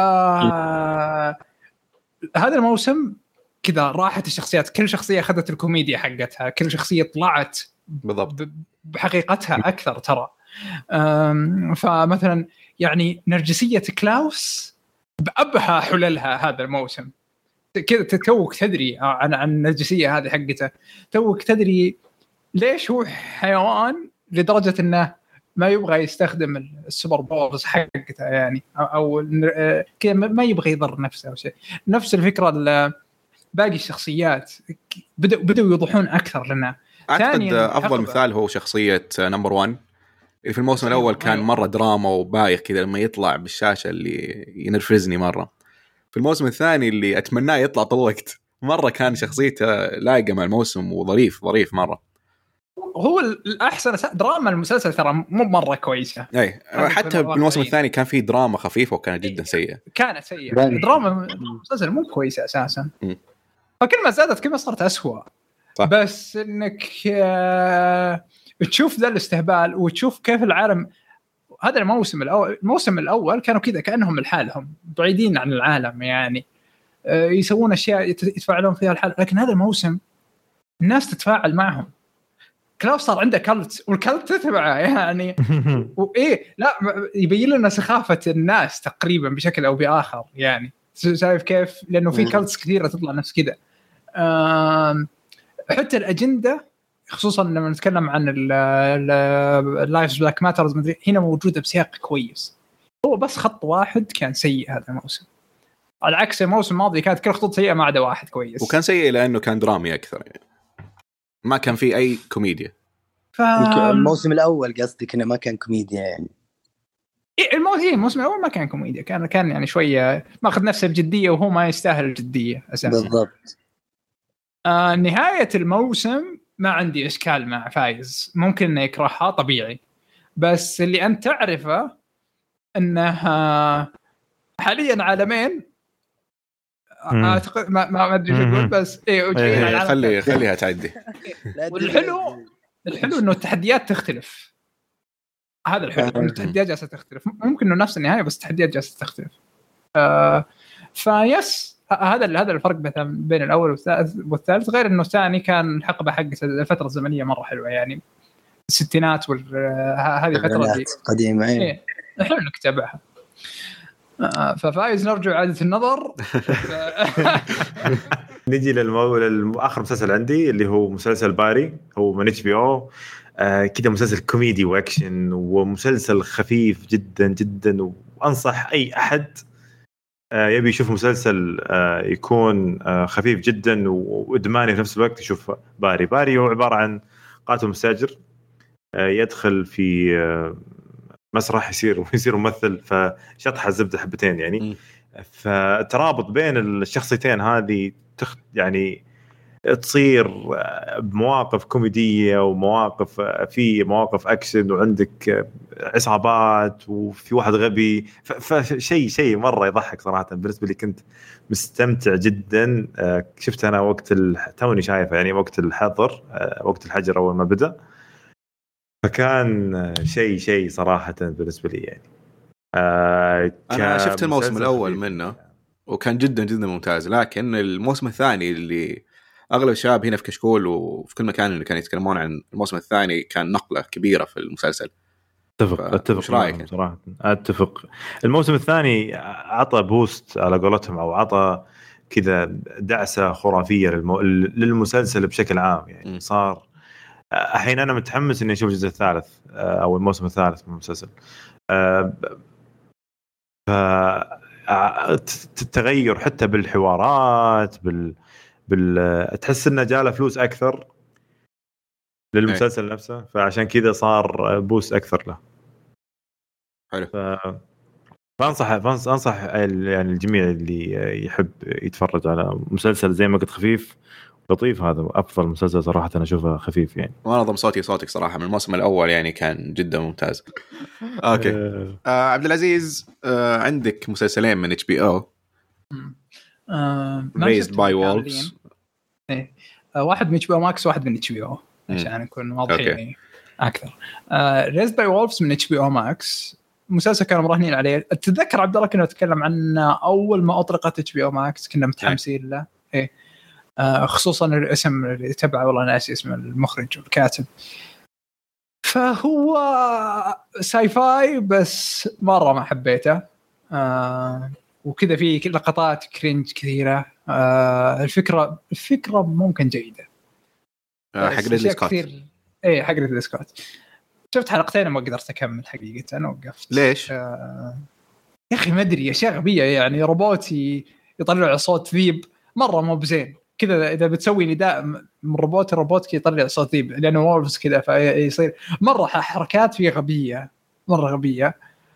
هذا الموسم كذا راحت الشخصيات، كل شخصيه اخذت الكوميديا حقتها، كل شخصيه طلعت بالضبط بحقيقتها اكثر ترى. فمثلا يعني نرجسيه كلاوس بأبها حللها هذا الموسم كذا، توك تدري عن عن النرجسيه هذه حقته، توك تدري ليش هو حيوان لدرجه انه ما يبغى يستخدم السوبر باورز حقته يعني، او كذا ما يبغى يضر نفسه او شيء. نفس الفكره باقي الشخصيات بدأوا بدأوا يوضحون اكثر لنا. اعتقد افضل مثال هو شخصيه نمبر واحد اللي في الموسم الاول كان مره دراما وبايخ كذا لما يطلع بالشاشه اللي ينرفزني مره. في الموسم الثاني اللي اتمناه يطلع طول الوقت مره كان شخصيته لايقه مع الموسم وظريف ظريف مره. هو الأحسن دراما المسلسل ترى مو مرة كويسة. أي حتى بالموسم الثاني كان فيه دراما خفيفة وكانت جدا سيئة. كانت سيئة دراما المسلسل مو كويسة أساسا. م. فكل ما زادت كل ما صارت أسوأ. صح. بس إنك تشوف ذا الاستهبال وتشوف كيف العالم. هذا الموسم الأول الموسم الأول كانوا كذا كأنهم لحالهم بعيدين عن العالم يعني يسوون أشياء يتفاعلون فيها الحال، لكن هذا الموسم الناس تتفاعل معهم. كلاوس صار عنده كالت والكالت تتبعه يعني. وإيه لا يبين لنا سخافة الناس تقريبا بشكل أو بآخر يعني. شايف كيف؟ لأنه في كالتس كثيرة تطلع نفس كده. حتى الأجندة خصوصا لما نتكلم عن اللايفز بلاك ماترز مدري هنا موجودة بسياق كويس. هو بس خط واحد كان سيء هذا الموسم، على عكس الموسم الماضي كانت كل خطوط سيئة ما عدا واحد كويس. وكان سيء لأنه كان درامي أكثر يعني. ما كان في أي كوميديا. ف... الموسم الأول قصدك إنه ما كان كوميديا يعني. إيه الموسم هي الموسم الأول ما كان كوميديا، كان كان يعني شوية ما أخذ نفسه بجدية وهو ما يستاهل الجدية أساسا. بالضبط. آه نهاية الموسم ما عندي إشكال مع فايز، ممكن إنه يكرهها طبيعي، بس اللي أنت تعرفه إنه حاليا عالمين أعتقد ما ما أدري شو أقول بس إيه, إيه خلي خليها تعدي. والحلو الحلو إنه التحديات تختلف. هذا الحلو انه التحديات جالسه تختلف ممكن انه نفس النهايه بس التحديات جالسه تختلف آه فيس هذا هذا الفرق بين الاول والثالث والثالث غير انه الثاني كان الحقبه حق الفتره الزمنيه مره حلوه يعني الستينات وهذه فتره قديمه ايه حلو انك تتابعها آه ففايز نرجع عادة النظر نجي للموضوع اخر مسلسل عندي اللي هو مسلسل باري هو من اتش بي او آه كده مسلسل كوميدي واكشن ومسلسل خفيف جدا جدا وانصح اي احد آه يبي يشوف مسلسل آه يكون آه خفيف جدا وادماني في نفس الوقت يشوف باري. باري هو عباره عن قاتل مستاجر آه يدخل في آه مسرح يصير ويصير ممثل فشطح الزبده حبتين يعني. فترابط بين الشخصيتين هذه تخ يعني تصير بمواقف كوميديه ومواقف في مواقف اكشن وعندك عصابات وفي واحد غبي فشيء شيء مره يضحك صراحه. بالنسبه لي كنت مستمتع جدا. شفت انا وقت توني شايفه يعني وقت الحظر وقت الحجر اول ما بدا فكان شيء شيء صراحه بالنسبه لي يعني. آه انا شفت الموسم الاول منه وكان جدا جدا ممتاز لكن الموسم الثاني اللي اغلب الشباب هنا في كشكول وفي كل مكان اللي كانوا يتكلمون عن الموسم الثاني كان نقله كبيره في المسلسل. اتفق اتفق معك صراحه اتفق. الموسم الثاني عطى بوست على قولتهم او عطى كذا دعسه خرافيه للمو... للمسلسل بشكل عام يعني. م. صار الحين انا متحمس اني اشوف الجزء الثالث او الموسم الثالث من المسلسل. فالتغير حتى بالحوارات بال بال تحس انه جاله فلوس اكثر للمسلسل أي. نفسه فعشان كذا صار بوست اكثر له. حلو. ف... فانصح انصح يعني الجميع اللي يحب يتفرج على مسلسل زي ما قلت خفيف لطيف هذا افضل مسلسل صراحه انا اشوفه خفيف يعني. وانا ضم صوتي صوتك صراحه من الموسم الاول يعني كان جدا ممتاز. اوكي آه عبد العزيز آه عندك مسلسلين من اتش بي او ريزد باي وولفز. ايه واحد من اتش بي او ماكس واحد من اتش بي او عشان نكون واضحين اكثر. ريزد باي وولفز من اتش بي او ماكس مسلسل كانوا مراهنين عليه. اتذكر عبد الله كنا نتكلم عنه اول ما اطلقت اتش بي او ماكس كنا متحمسين له ايه آه خصوصا الاسم اللي تبعه والله ناسي اسم المخرج والكاتب. فهو ساي فاي بس مرة ما حبيته آه وكذا في لقطات كرينج كثيرة. آه الفكرة الفكرة ممكن جيدة آه حق ريدلي سكوت. ايه حق ريدلي سكوت. شفت حلقتين ما قدرت أكمل حقيقة أنا وقفت. ليش؟ آه يا أخي ما أدري أشياء غبية يعني روبوتي يطلع صوت ذيب مرة مو بزين كذا. إذا بتسوي نداء من روبوت الروبوت كي يطلع صوت ذيب لأنه وولفز كذا فيصير مرة حركات فيه غبية مرة غبية.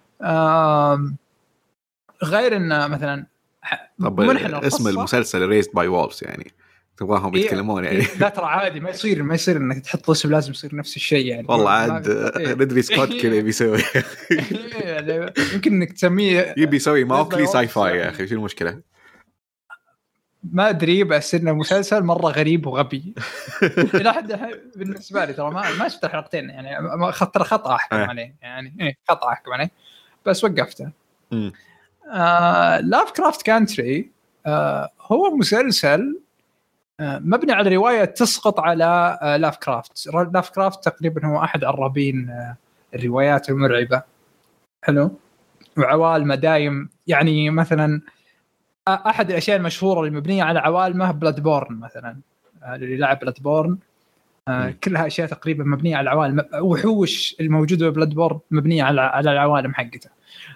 غير إن مثلا اسم المسلسل ريزد باي وولفز يعني تبغاهم يتكلمون يعني لا ترى عادي ما يصير ما يصير إنك تحط اسم لازم يصير نفس الشيء يعني. والله عاد ريدلي سكوت كذا بيسوي يمكن إنك تسميه يبي يسوي موكلي ساي فاي يا أخي شو المشكلة؟ ما أدري بس إنه مسلسل مرة غريب وغبي إلى حد بالنسبة لي ترى ما ما شفت الحلقتين يعني خطر خطأ أحكم عليه يعني إيه خطأ أحكم عليه بس وقفته. آه لاف كرافت كانتري آه هو مسلسل آه مبني على رواية تسقط على آه لاف كرافت. لاف كرافت تقريبا هو أحد عرابين آه الروايات المرعبة حلو وعوالم دايم يعني. مثلا أحد الأشياء المشهورة اللي مبنية على عوالمه بلاد بورن مثلا اللي لعب بلاد بورن آه كلها أشياء تقريبا مبنية على العوالم. وحوش الموجودة ببلاد بورن مبنية على على العوالم حقته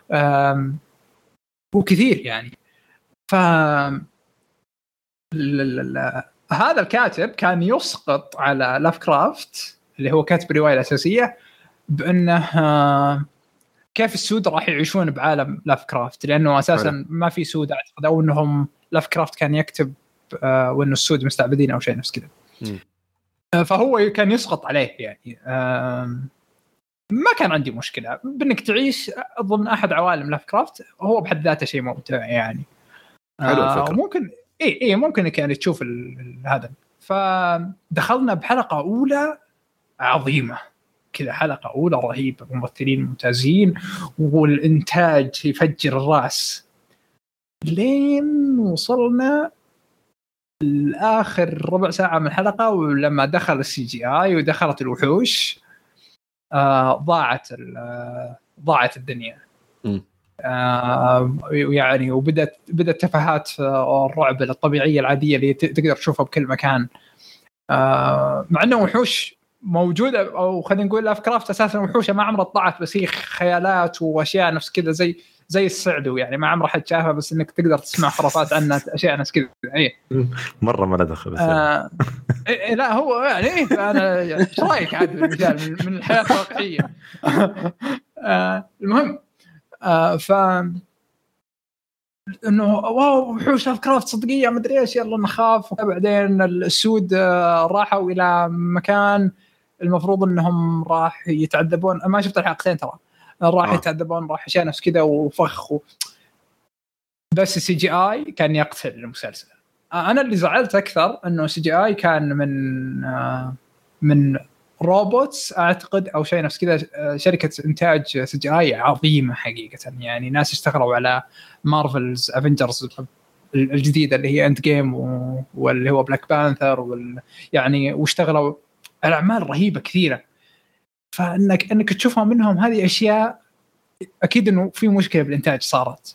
وكثير يعني. ف هذا الكاتب كان يسقط على لاف كرافت اللي هو كاتب الرواية الأساسية بأنه كيف السود راح يعيشون بعالم لاف كرافت لأنه أساساً ما في سود أعتقد أو أنهم لاف كرافت كان يكتب آه وأنه السود مستعبدين أو شيء نفس كذا. آه فهو كان يسقط عليه يعني. آه ما كان عندي مشكلة بأنك تعيش ضمن أحد عوالم لاف كرافت هو بحد ذاته شيء ممتع يعني. آه ممكن إيه إيه ممكن يعني تشوف هذا. فدخلنا بحلقة أولى عظيمة كذا حلقة أولى رهيبة، ممثلين ممتازين والإنتاج يفجر الرأس. لين وصلنا الآخر ربع ساعة من الحلقة، ولما دخل السي جي آي ودخلت الوحوش آه ضاعت ضاعت الدنيا. آه يعني وبدأت بدأت تفاهات الرعب الطبيعية العادية اللي تقدر تشوفها بكل مكان. آه مع أنه وحوش موجودة، أو خلينا نقول لافكرافت أساساً وحوشة ما عمرها طلعت، بس هي خيالات وأشياء نفس كذا زي زي السعدو، يعني ما عمره حد شافها بس إنك تقدر تسمع خرافات عنها، أشياء نفس كذا. إيه مرة ما له دخل بس آه إيه لا هو يعني إيه أنا إيش رأيك عاد بالمثال من الحياة الواقعية. آه المهم آه ف إنه واو وحوش لافكرافت صدقية ما أدري إيش، يلا نخاف. وبعدين السود آه راحوا إلى مكان المفروض إنهم راح يتعذبون، ما شفت الحلقتين ترى، راح آه. يتعذبون راح أشياء نفس كذا وفخ و... بس السي جي آي كان يقتل المسلسل. آه أنا اللي زعلت أكثر إنه السي جي آي كان من آه من روبوتس أعتقد أو شيء نفس كذا. شركة إنتاج سي جي آي عظيمة حقيقة، يعني ناس اشتغلوا على مارفلز أفنجرز الجديدة اللي هي أنت جيم و... واللي هو بلاك بانثر وال... يعني واشتغلوا على أعمال رهيبة كثيرة. فإنك إنك تشوفها منهم هذه أشياء أكيد إنه في مشكلة بالإنتاج صارت.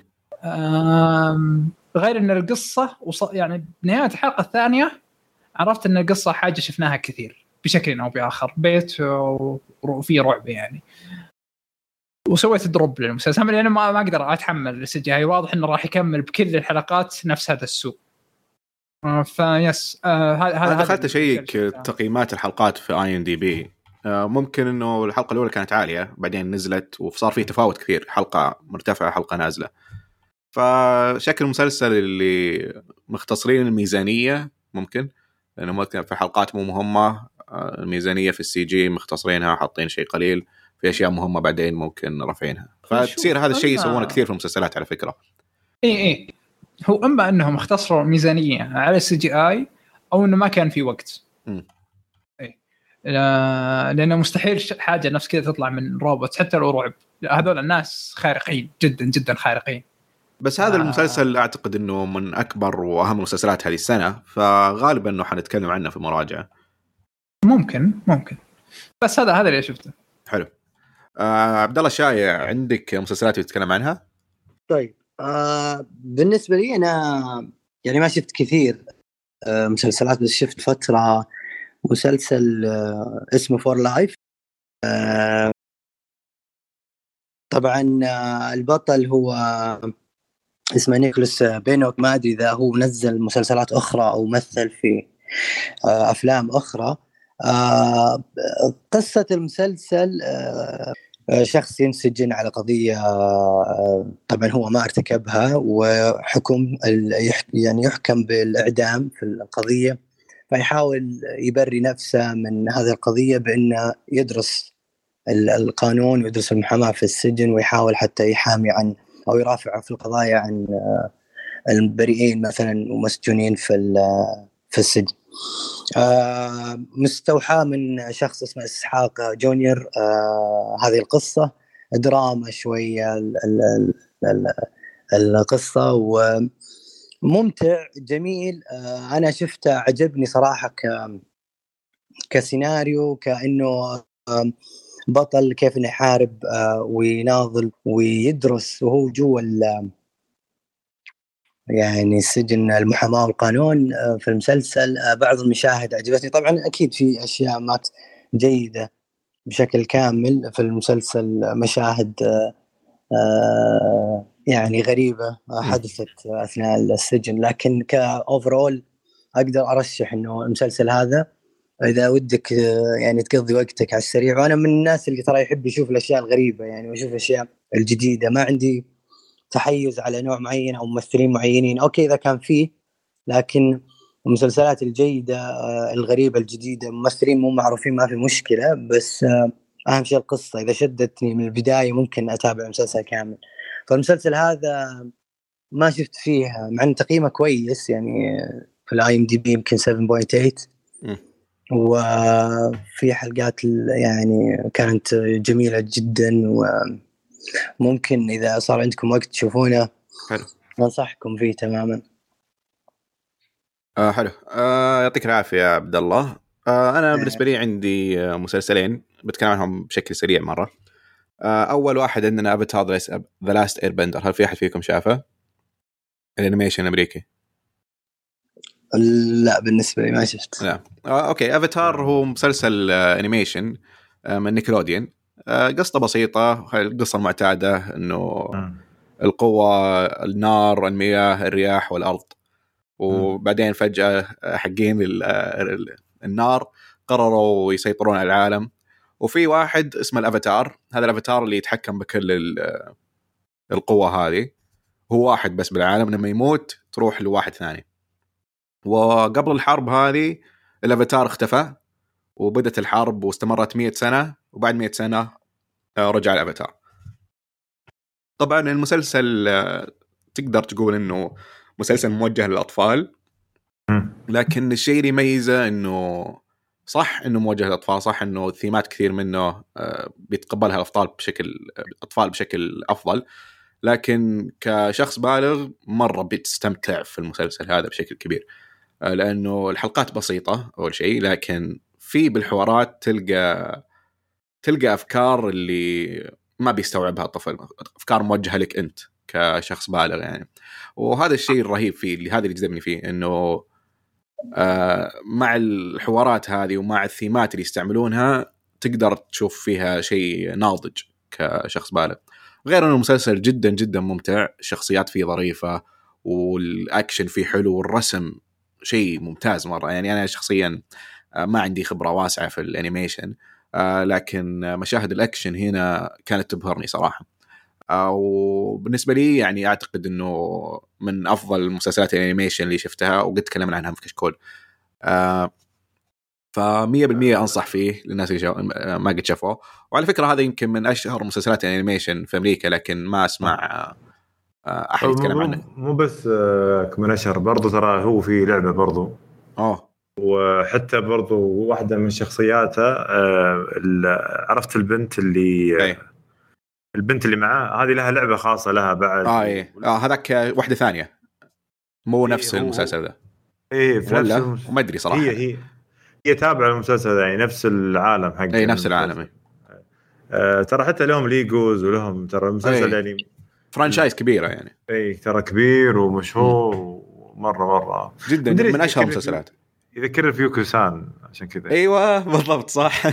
غير إن القصة وص... يعني بنهاية الحلقة الثانية عرفت إن القصة حاجة شفناها كثير بشكل أو بآخر، بيت وفي رعب يعني، وسويت دروب للمسلسل لأنه ما ما أقدر أتحمل السجى. هي واضح إنه راح يكمل بكل الحلقات نفس هذا السوء. فيس هذا هذا دخلت أشيك تقييمات الحلقات في آي إم دي بي. ممكن إنه الحلقة الأولى كانت عالية بعدين نزلت وصار فيه تفاوت كثير، حلقة مرتفعة حلقة نازلة. فشكل المسلسل اللي مختصرين الميزانية ممكن لأنه ممكن في حلقات مو مهمة الميزانية في السي جي مختصرينها حاطين شيء قليل، في أشياء مهمة بعدين ممكن رفعينها. فتصير هذا الشيء يسوونه كثير في المسلسلات على فكرة. إيه إيه هو إما أنهم اختصروا الميزانية على السي جي آي أو إنه ما كان في وقت. م. إيه لأنه مستحيل حاجة نفس كذا تطلع من روبوت حتى لو رعب. هذول الناس خارقين جدا جدا خارقين. بس هذا آه. المسلسل أعتقد إنه من أكبر وأهم المسلسلات هذه السنة، فغالبا إنه حنتكلم عنه في مراجعة. ممكن ممكن بس هذا هذا اللي شفته. حلو. آه عبد الله شايع عندك مسلسلات تتكلم عنها؟ طيب آه بالنسبة لي أنا يعني ما شفت كثير آه مسلسلات، بس شفت فترة مسلسل آه اسمه فور لايف. آه طبعا آه البطل هو اسمه نيكولاس بينوك، ما أدري إذا هو نزل مسلسلات أخرى أو مثل في آه أفلام أخرى. آه قصة المسلسل آه شخص ينسجن على قضية آه طبعا هو ما ارتكبها، وحكم يعني يحكم بالإعدام في القضية، فيحاول يبري نفسه من هذه القضية بأنه يدرس القانون ويدرس المحاماة في السجن، ويحاول حتى يحامي عن أو يرافع في القضايا عن آه البريئين مثلا ومسجونين في في السجن. آه مستوحى من شخص اسمه إسحاق جونيور. آه هذه القصة دراما شوية ال ال ال القصة، وممتع جميل. آه أنا شفته عجبني صراحة ك كسيناريو، كأنه آه بطل كيف إنه يحارب آه ويناضل ويدرس وهو جوا يعني السجن المحاماة والقانون في المسلسل. بعض المشاهد عجبتني، طبعا أكيد في أشياء ما جيدة بشكل كامل في المسلسل، مشاهد يعني غريبة حدثت أثناء السجن، لكن كأوفرول أقدر أرشح إنه المسلسل هذا إذا ودك يعني تقضي وقتك على السريع. وأنا من الناس اللي ترى يحب يشوف الأشياء الغريبة يعني ويشوف الأشياء الجديدة، ما عندي تحيز على نوع معين أو ممثلين معينين. أوكي إذا كان فيه، لكن المسلسلات الجيدة الغريبة الجديدة ممثلين مو معروفين ما في مشكلة، بس أهم شيء القصة. إذا شدتني من البداية ممكن أتابع المسلسل كامل. فالمسلسل هذا ما شفت فيه، مع أن تقييمه كويس يعني في الآي إم دي بي يمكن سبعة فاصلة ثمانية. وفي حلقات يعني كانت جميلة جدا، وممكن إذا صار عندكم وقت تشوفونه حلو أنصحكم فيه تماما. آه حلو. آه يعطيك العافية يا عبد الله. آه أنا بالنسبة لي عندي آه مسلسلين بتكلم عنهم بشكل سريع مرة. آه أول واحد عندنا أفاتار ذا لاست إيربندر. هل في أحد فيكم شافه؟ الأنيميشن الأمريكي. لا بالنسبة لي ما شفت. لا. آه أوكي. أفاتار هو مسلسل آه أنيميشن آه من نيكلوديان. آه قصة بسيطة، القصة المعتادة إنه القوة، النار، المياه، الرياح والأرض. وبعدين فجأة حقين النار قرروا يسيطرون على العالم، وفي واحد اسمه الأفاتار. هذا الأفاتار اللي يتحكم بكل القوة هذه، هو واحد بس بالعالم. لما يموت تروح لواحد ثاني. وقبل الحرب هذه الأفاتار اختفى، وبدت الحرب واستمرت مئة سنة، وبعد مئة سنة رجع الأفاتار. طبعا المسلسل تقدر تقول إنه مسلسل موجه للأطفال، لكن الشيء اللي يميزه إنه صح إنه موجه للأطفال، صح إنه الثيمات كثير منه بيتقبلها الأطفال بشكل أطفال بشكل أفضل، لكن كشخص بالغ مرة بتستمتع في المسلسل هذا بشكل كبير، لأنه الحلقات بسيطة أول شيء، لكن في بالحوارات تلقى تلقى أفكار اللي ما بيستوعبها الطفل، أفكار موجهة لك أنت كشخص بالغ يعني. وهذا الشيء الرهيب فيه، اللي هذا اللي جذبني فيه، إنه آه مع الحوارات هذه ومع الثيمات اللي يستعملونها تقدر تشوف فيها شيء ناضج كشخص بالغ. غير أنه المسلسل جدا جدا ممتع، الشخصيات فيه ظريفة، والأكشن فيه حلو، والرسم شيء ممتاز مرة. يعني أنا شخصيا ما عندي خبرة واسعة في الانيميشن، لكن مشاهد الأكشن هنا كانت تبهرني صراحة. وبالنسبة لي يعني أعتقد أنه من أفضل مسلسلات الانيميشن اللي شفتها، وقد تكلمنا عنها في كشكول. فمية بالمية أنصح فيه للناس اللي ما قد شافوه. وعلى فكرة هذا يمكن من أشهر مسلسلات الانيميشن في أمريكا، لكن ما أسمع أحد يتكلم عنه. مو بس من أشهر، برضو ترى هو في لعبة برضو. أوه. وحتى برضو واحدة من شخصياته عرفت البنت اللي أي. البنت اللي معاه هذه لها لعبة خاصة لها بعد. آه إيه. آه هذاك واحدة ثانية، مو إيه نفس المسلسل ذا. إيه في نفس المس... وما أدري صراحة. هي هي هي تابعة المسلسل يعني نفس العالم حق. أي نفس العالم. آه ترى حتى لهم ليجوز ولهم ترى المسلسل يعني فرانشايز كبيرة يعني. اي ترى كبير ومشهور ومرة مرة جدا من أشهر المسلسلات. يذكر فيوكو سان عشان كذا. ايوه بالضبط صح.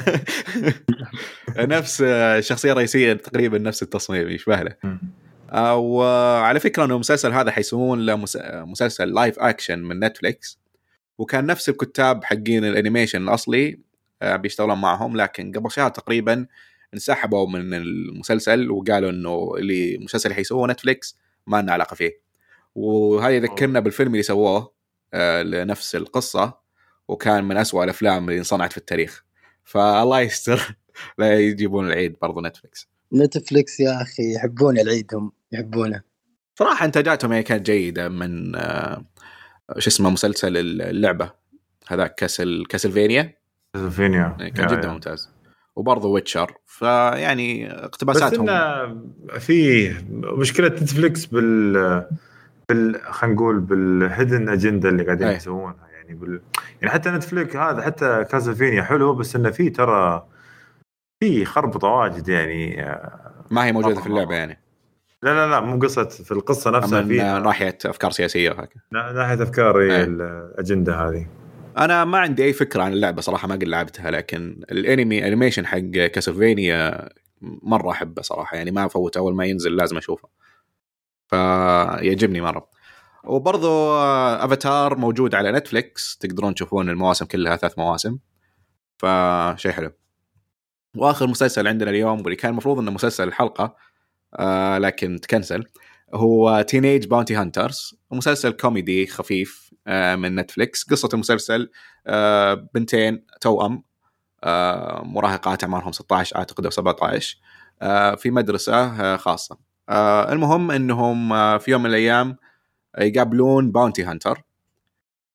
نفس الشخصيه الرئيسيه تقريبا نفس التصميم يشبه له. وعلى فكره انه المسلسل هذا حيسوون له مسلسل لايف اكشن من نتفليكس، وكان نفس الكتاب حقين الانيميشن الاصلي بيشتغلون معهم، لكن قبل شهر تقريبا انسحبوا من المسلسل وقالوا انه اللي مسلسل حيسووه نتفليكس ما لنا علاقه فيه. وهذا يذكرنا بالفيلم اللي سووه لنفس القصه، وكان من أسوأ الأفلام اللي صنعت في التاريخ. فالله يستر لا يجيبون العيد برضو نتفليكس. نتفليكس يا أخي يحبون العيد، هم يحبونه صراحة. إنتاجاتهم يعني كانت جيدة من آه شو اسمه مسلسل اللعبة هذا كاسل كاسلفينيا كاسلفينيا كان جدا يعني. ممتاز. وبرضو ويتشر. فيعني اقتباساتهم. بس إنه في مشكلة نتفليكس بال بال خلينا نقول بالهيدن أجندة اللي قاعدين يسوونها يعني بال... يعني حتى نتفليكس هذا حتى كاسلفينيا حلو، بس انه في ترى في خربطه واجد يعني ما هي موجوده في اللعبه يعني. لا لا لا مو قصه في القصه نفسها، في ناحيه افكار سياسيه وهكذا. ناحيه افكار ايه الاجنده هذه. انا ما عندي اي فكره عن اللعبه صراحه، ما قد لعبتها، لكن الانمي انيميشن حق كاسلفينيا مره احبه صراحه يعني، ما افوت اول ما ينزل لازم اشوفه، فيعجبني مره. وبرضو افاتار موجود على نتفليكس، تقدرون تشوفون المواسم كلها، ثلاث مواسم، فشيء حلو. واخر مسلسل عندنا اليوم واللي كان المفروض انه مسلسل الحلقه آه لكن تكنسل، هو تينيج باونتي هانترز، مسلسل كوميدي خفيف آه من نتفليكس. قصه المسلسل آه بنتين توأم آه مراهقات عمرهم ستة عشر اعتقد او سبعة عشر آه في مدرسه آه خاصه. آه المهم انهم آه في يوم من الايام يقابلون باونتي هانتر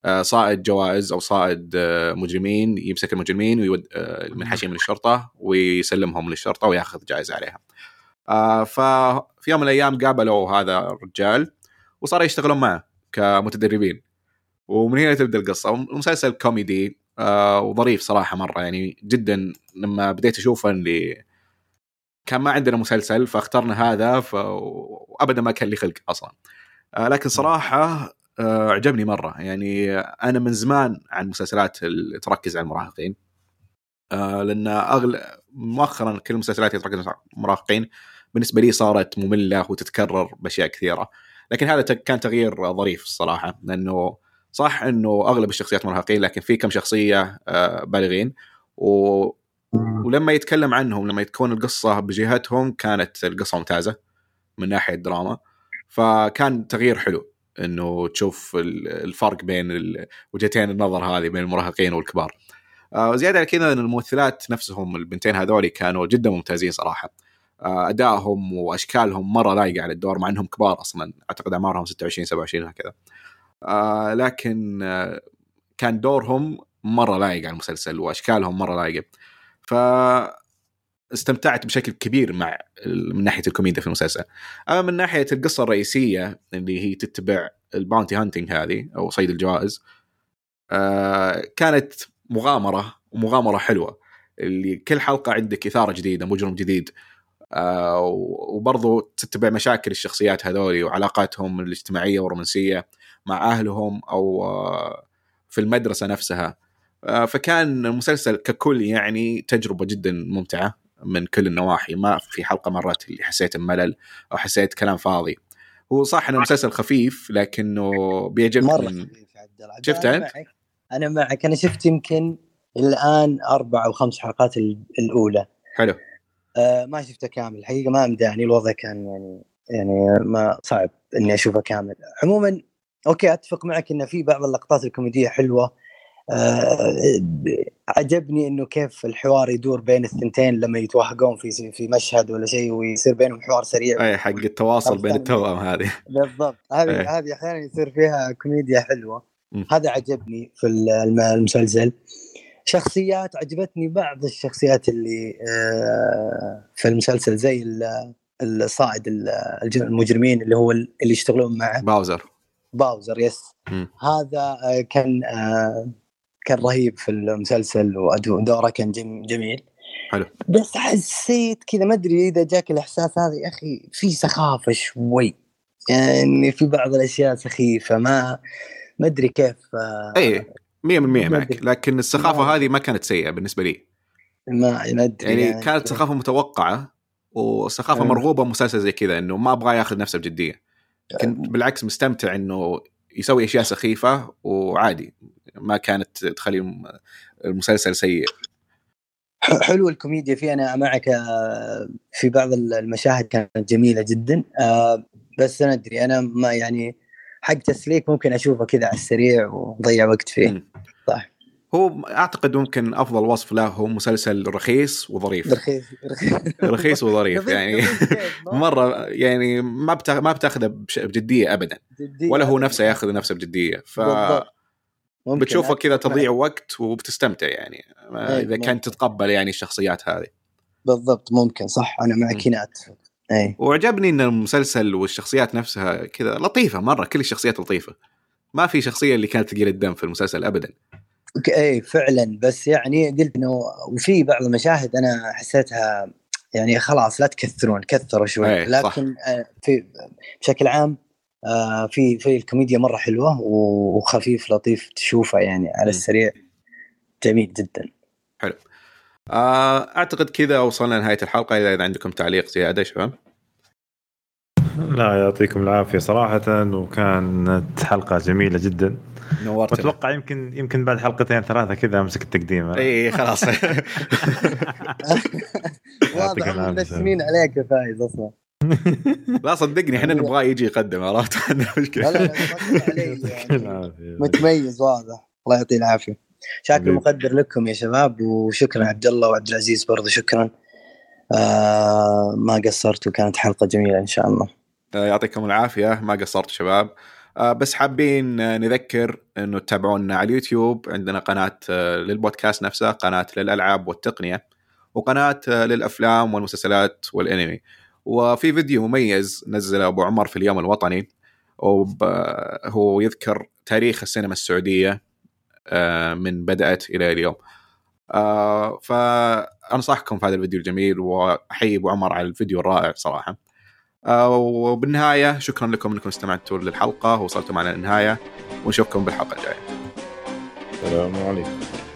صائد جوائز او صائد مجرمين يمسك المجرمين ويود من حاشيه من الشرطه ويسلمهم للشرطه وياخذ جائزه عليها. ففي يوم من الايام قابلوا هذا الرجال وصاروا يشتغلون معه كمتدربين، ومن هنا تبدا القصه. مسلسل كوميدي وظريف صراحه مره، يعني جدا. لما بديت اشوفه اللي كان ما عندنا مسلسل فاخترنا هذا، فابدا ما كان لي خلق اصلا، لكن صراحه عجبني مره. يعني انا من زمان عن مسلسلات اللي تركز على المراهقين، لان اغلب مؤخرا كل المسلسلات اللي تركز على المراهقين بالنسبه لي صارت ممله وتتكرر باشياء كثيره، لكن هذا كان تغيير ظريف الصراحه. لانه صح انه اغلب الشخصيات مراهقين، لكن في كم شخصيه بالغين، و ولما يتكلم عنهم لما تكون القصة بجهتهم كانت القصة ممتازة من ناحية دراما. فكان تغيير حلو انه تشوف الفرق بين وجهتين النظر هذه بين المراهقين والكبار. زيادة على كذا ان الممثلات نفسهم البنتين هذولي كانوا جدا ممتازين صراحة. ادائهم واشكالهم مرة لايقة على الدور مع انهم كبار اصلا، اعتقد اعمارهم ستة وعشرين سبعة وعشرين هكذا، لكن كان دورهم مرة لايق على المسلسل واشكالهم مرة لايقة. فاستمتعت بشكل كبير مع من ناحية الكوميديا في المسلسل. أما من ناحية القصة الرئيسية اللي هي تتبع الباونتي هانتينج هذه أو صيد الجوائز، آه كانت مغامرة ومغامرة حلوة، اللي كل حلقة عندك إثارة جديدة، مجرم جديد، آه وبرضو تتبع مشاكل الشخصيات هذولي وعلاقاتهم الاجتماعية والرومانسية مع أهلهم أو آه في المدرسة نفسها. فكان المسلسل ككل يعني تجربة جدا ممتعة من كل النواحي. ما في حلقة مرات اللي حسيت بملل أو حسيت كلام فاضي. هو صح إنه مسلسل خفيف لكنه بيعجبني. مرة خفيف عبد الله. شفت أنا أنت؟ معك. أنا معك. أنا شفت يمكن الآن أربع أو خمس حلقات الأولى. حلو. آه ما شفته كامل الحقيقة، ما أمداني الوضع، كان يعني يعني ما صعب إني أشوفه كامل. عموما أوكي أتفق معك إن في بعض اللقطات الكوميدية حلوة. آه عجبني انه كيف الحوار يدور بين الثنتين لما يتوهقون في في مشهد ولا شيء ويصير بينهم حوار سريع. اي حق التواصل بين التوأم هذه بالضبط. هذه هذه احيانا يصير فيها كوميديا حلوه. م. هذا عجبني في المسلسل. شخصيات عجبتني، بعض الشخصيات اللي آه في المسلسل زي الصائد المجرمين اللي هو اللي يشتغلون معه باوزر باوزر يس م. هذا كان آه كان رهيب في المسلسل ودوره كان جميل. حلو. بس حسيت كذا ما ادري اذا جاك الاحساس هذا يا اخي في سخافه شوي، يعني في بعض الاشياء سخيفه، ما ما ادري كيف. آه اي مية بالمية معك، لكن السخافه هذه ما كانت سيئه بالنسبه لي. ما ادري يعني, يعني كانت سخافه متوقعه وسخافه أه. مرغوبه. مسلسل زي كذا انه ما ابغى ياخذ نفسه بجديه، كنت بالعكس مستمتع انه يسوي اشياء سخيفه وعادي، ما كانت تخلي المسلسل سيء. حلو الكوميديا فيه، انا معك في بعض المشاهد كانت جميله جدا. بس انا ادري انا ما يعني حق تسليك ممكن اشوفه كذا على السريع وضيع وقت فيه. م. صح. هو اعتقد ممكن افضل وصف له هو مسلسل رخيص وظريف. رخيص رخيص وظريف يعني مره، يعني ما بتا... ما بتاخذه بجديه ابدا، ولا هو نفسه ياخذ نفسه بجديه. ف بتشوفه كذا تضيع وقت وبتستمتع يعني اذا كانت تتقبل يعني الشخصيات هذه. بالضبط ممكن صح، انا معك هنا. اي وعجبني ان المسلسل والشخصيات نفسها كذا لطيفه مره، كل الشخصيات لطيفه، ما في شخصيه اللي كانت ثقيله الدم في المسلسل ابدا. اي فعلا. بس يعني قلت انه وفي بعض المشاهد انا حسيتها يعني خلاص لا تكثرون، كثروا شوي. لكن في بشكل عام في في الكوميديا مره حلوه وخفيف لطيف تشوفه يعني على السريع، جميل جدا. حلو. اعتقد كذا وصلنا لنهايه الحلقه. اذا عندكم تعليق زياده شباب. لا يعطيكم العافيه صراحه، وكانت حلقه جميله جدا. نورتنا. اتوقع يمكن يمكن بعد حلقتين ثلاثه كذا امسك التقديم. اي خلاص. واضح ان السنين عليك يا فايز اصلا. لا صدقني احنا نبغى يجي يقدم، عرفت؟ عندنا مشكله. لا لا يعني متميز واضح. الله يعطيه العافيه. شكرا مقدر لكم يا شباب، وشكرا عبد الله وعبد العزيز برضه شكرا. آه ما قصرتوا، كانت حلقه جميله ان شاء الله. يعطيكم العافيه، ما قصرتوا شباب. بس حابين نذكر انه تتابعونا على اليوتيوب، عندنا قناة للبودكاست نفسه، قناة للألعاب والتقنية، وقناة للأفلام والمسلسلات والأنمي. وفي فيديو مميز نزله أبو عمر في اليوم الوطني، وهو يذكر تاريخ السينما السعودية من بدأت إلى اليوم. فأنصحكم في هذا الفيديو الجميل، وأحيي أبو عمر على الفيديو الرائع صراحة. وبالنهاية شكرا لكم أنكم استمعتوا للحلقة ووصلتوا معنا للنهاية، ونشوفكم بالحلقة الجاية. السلام عليكم.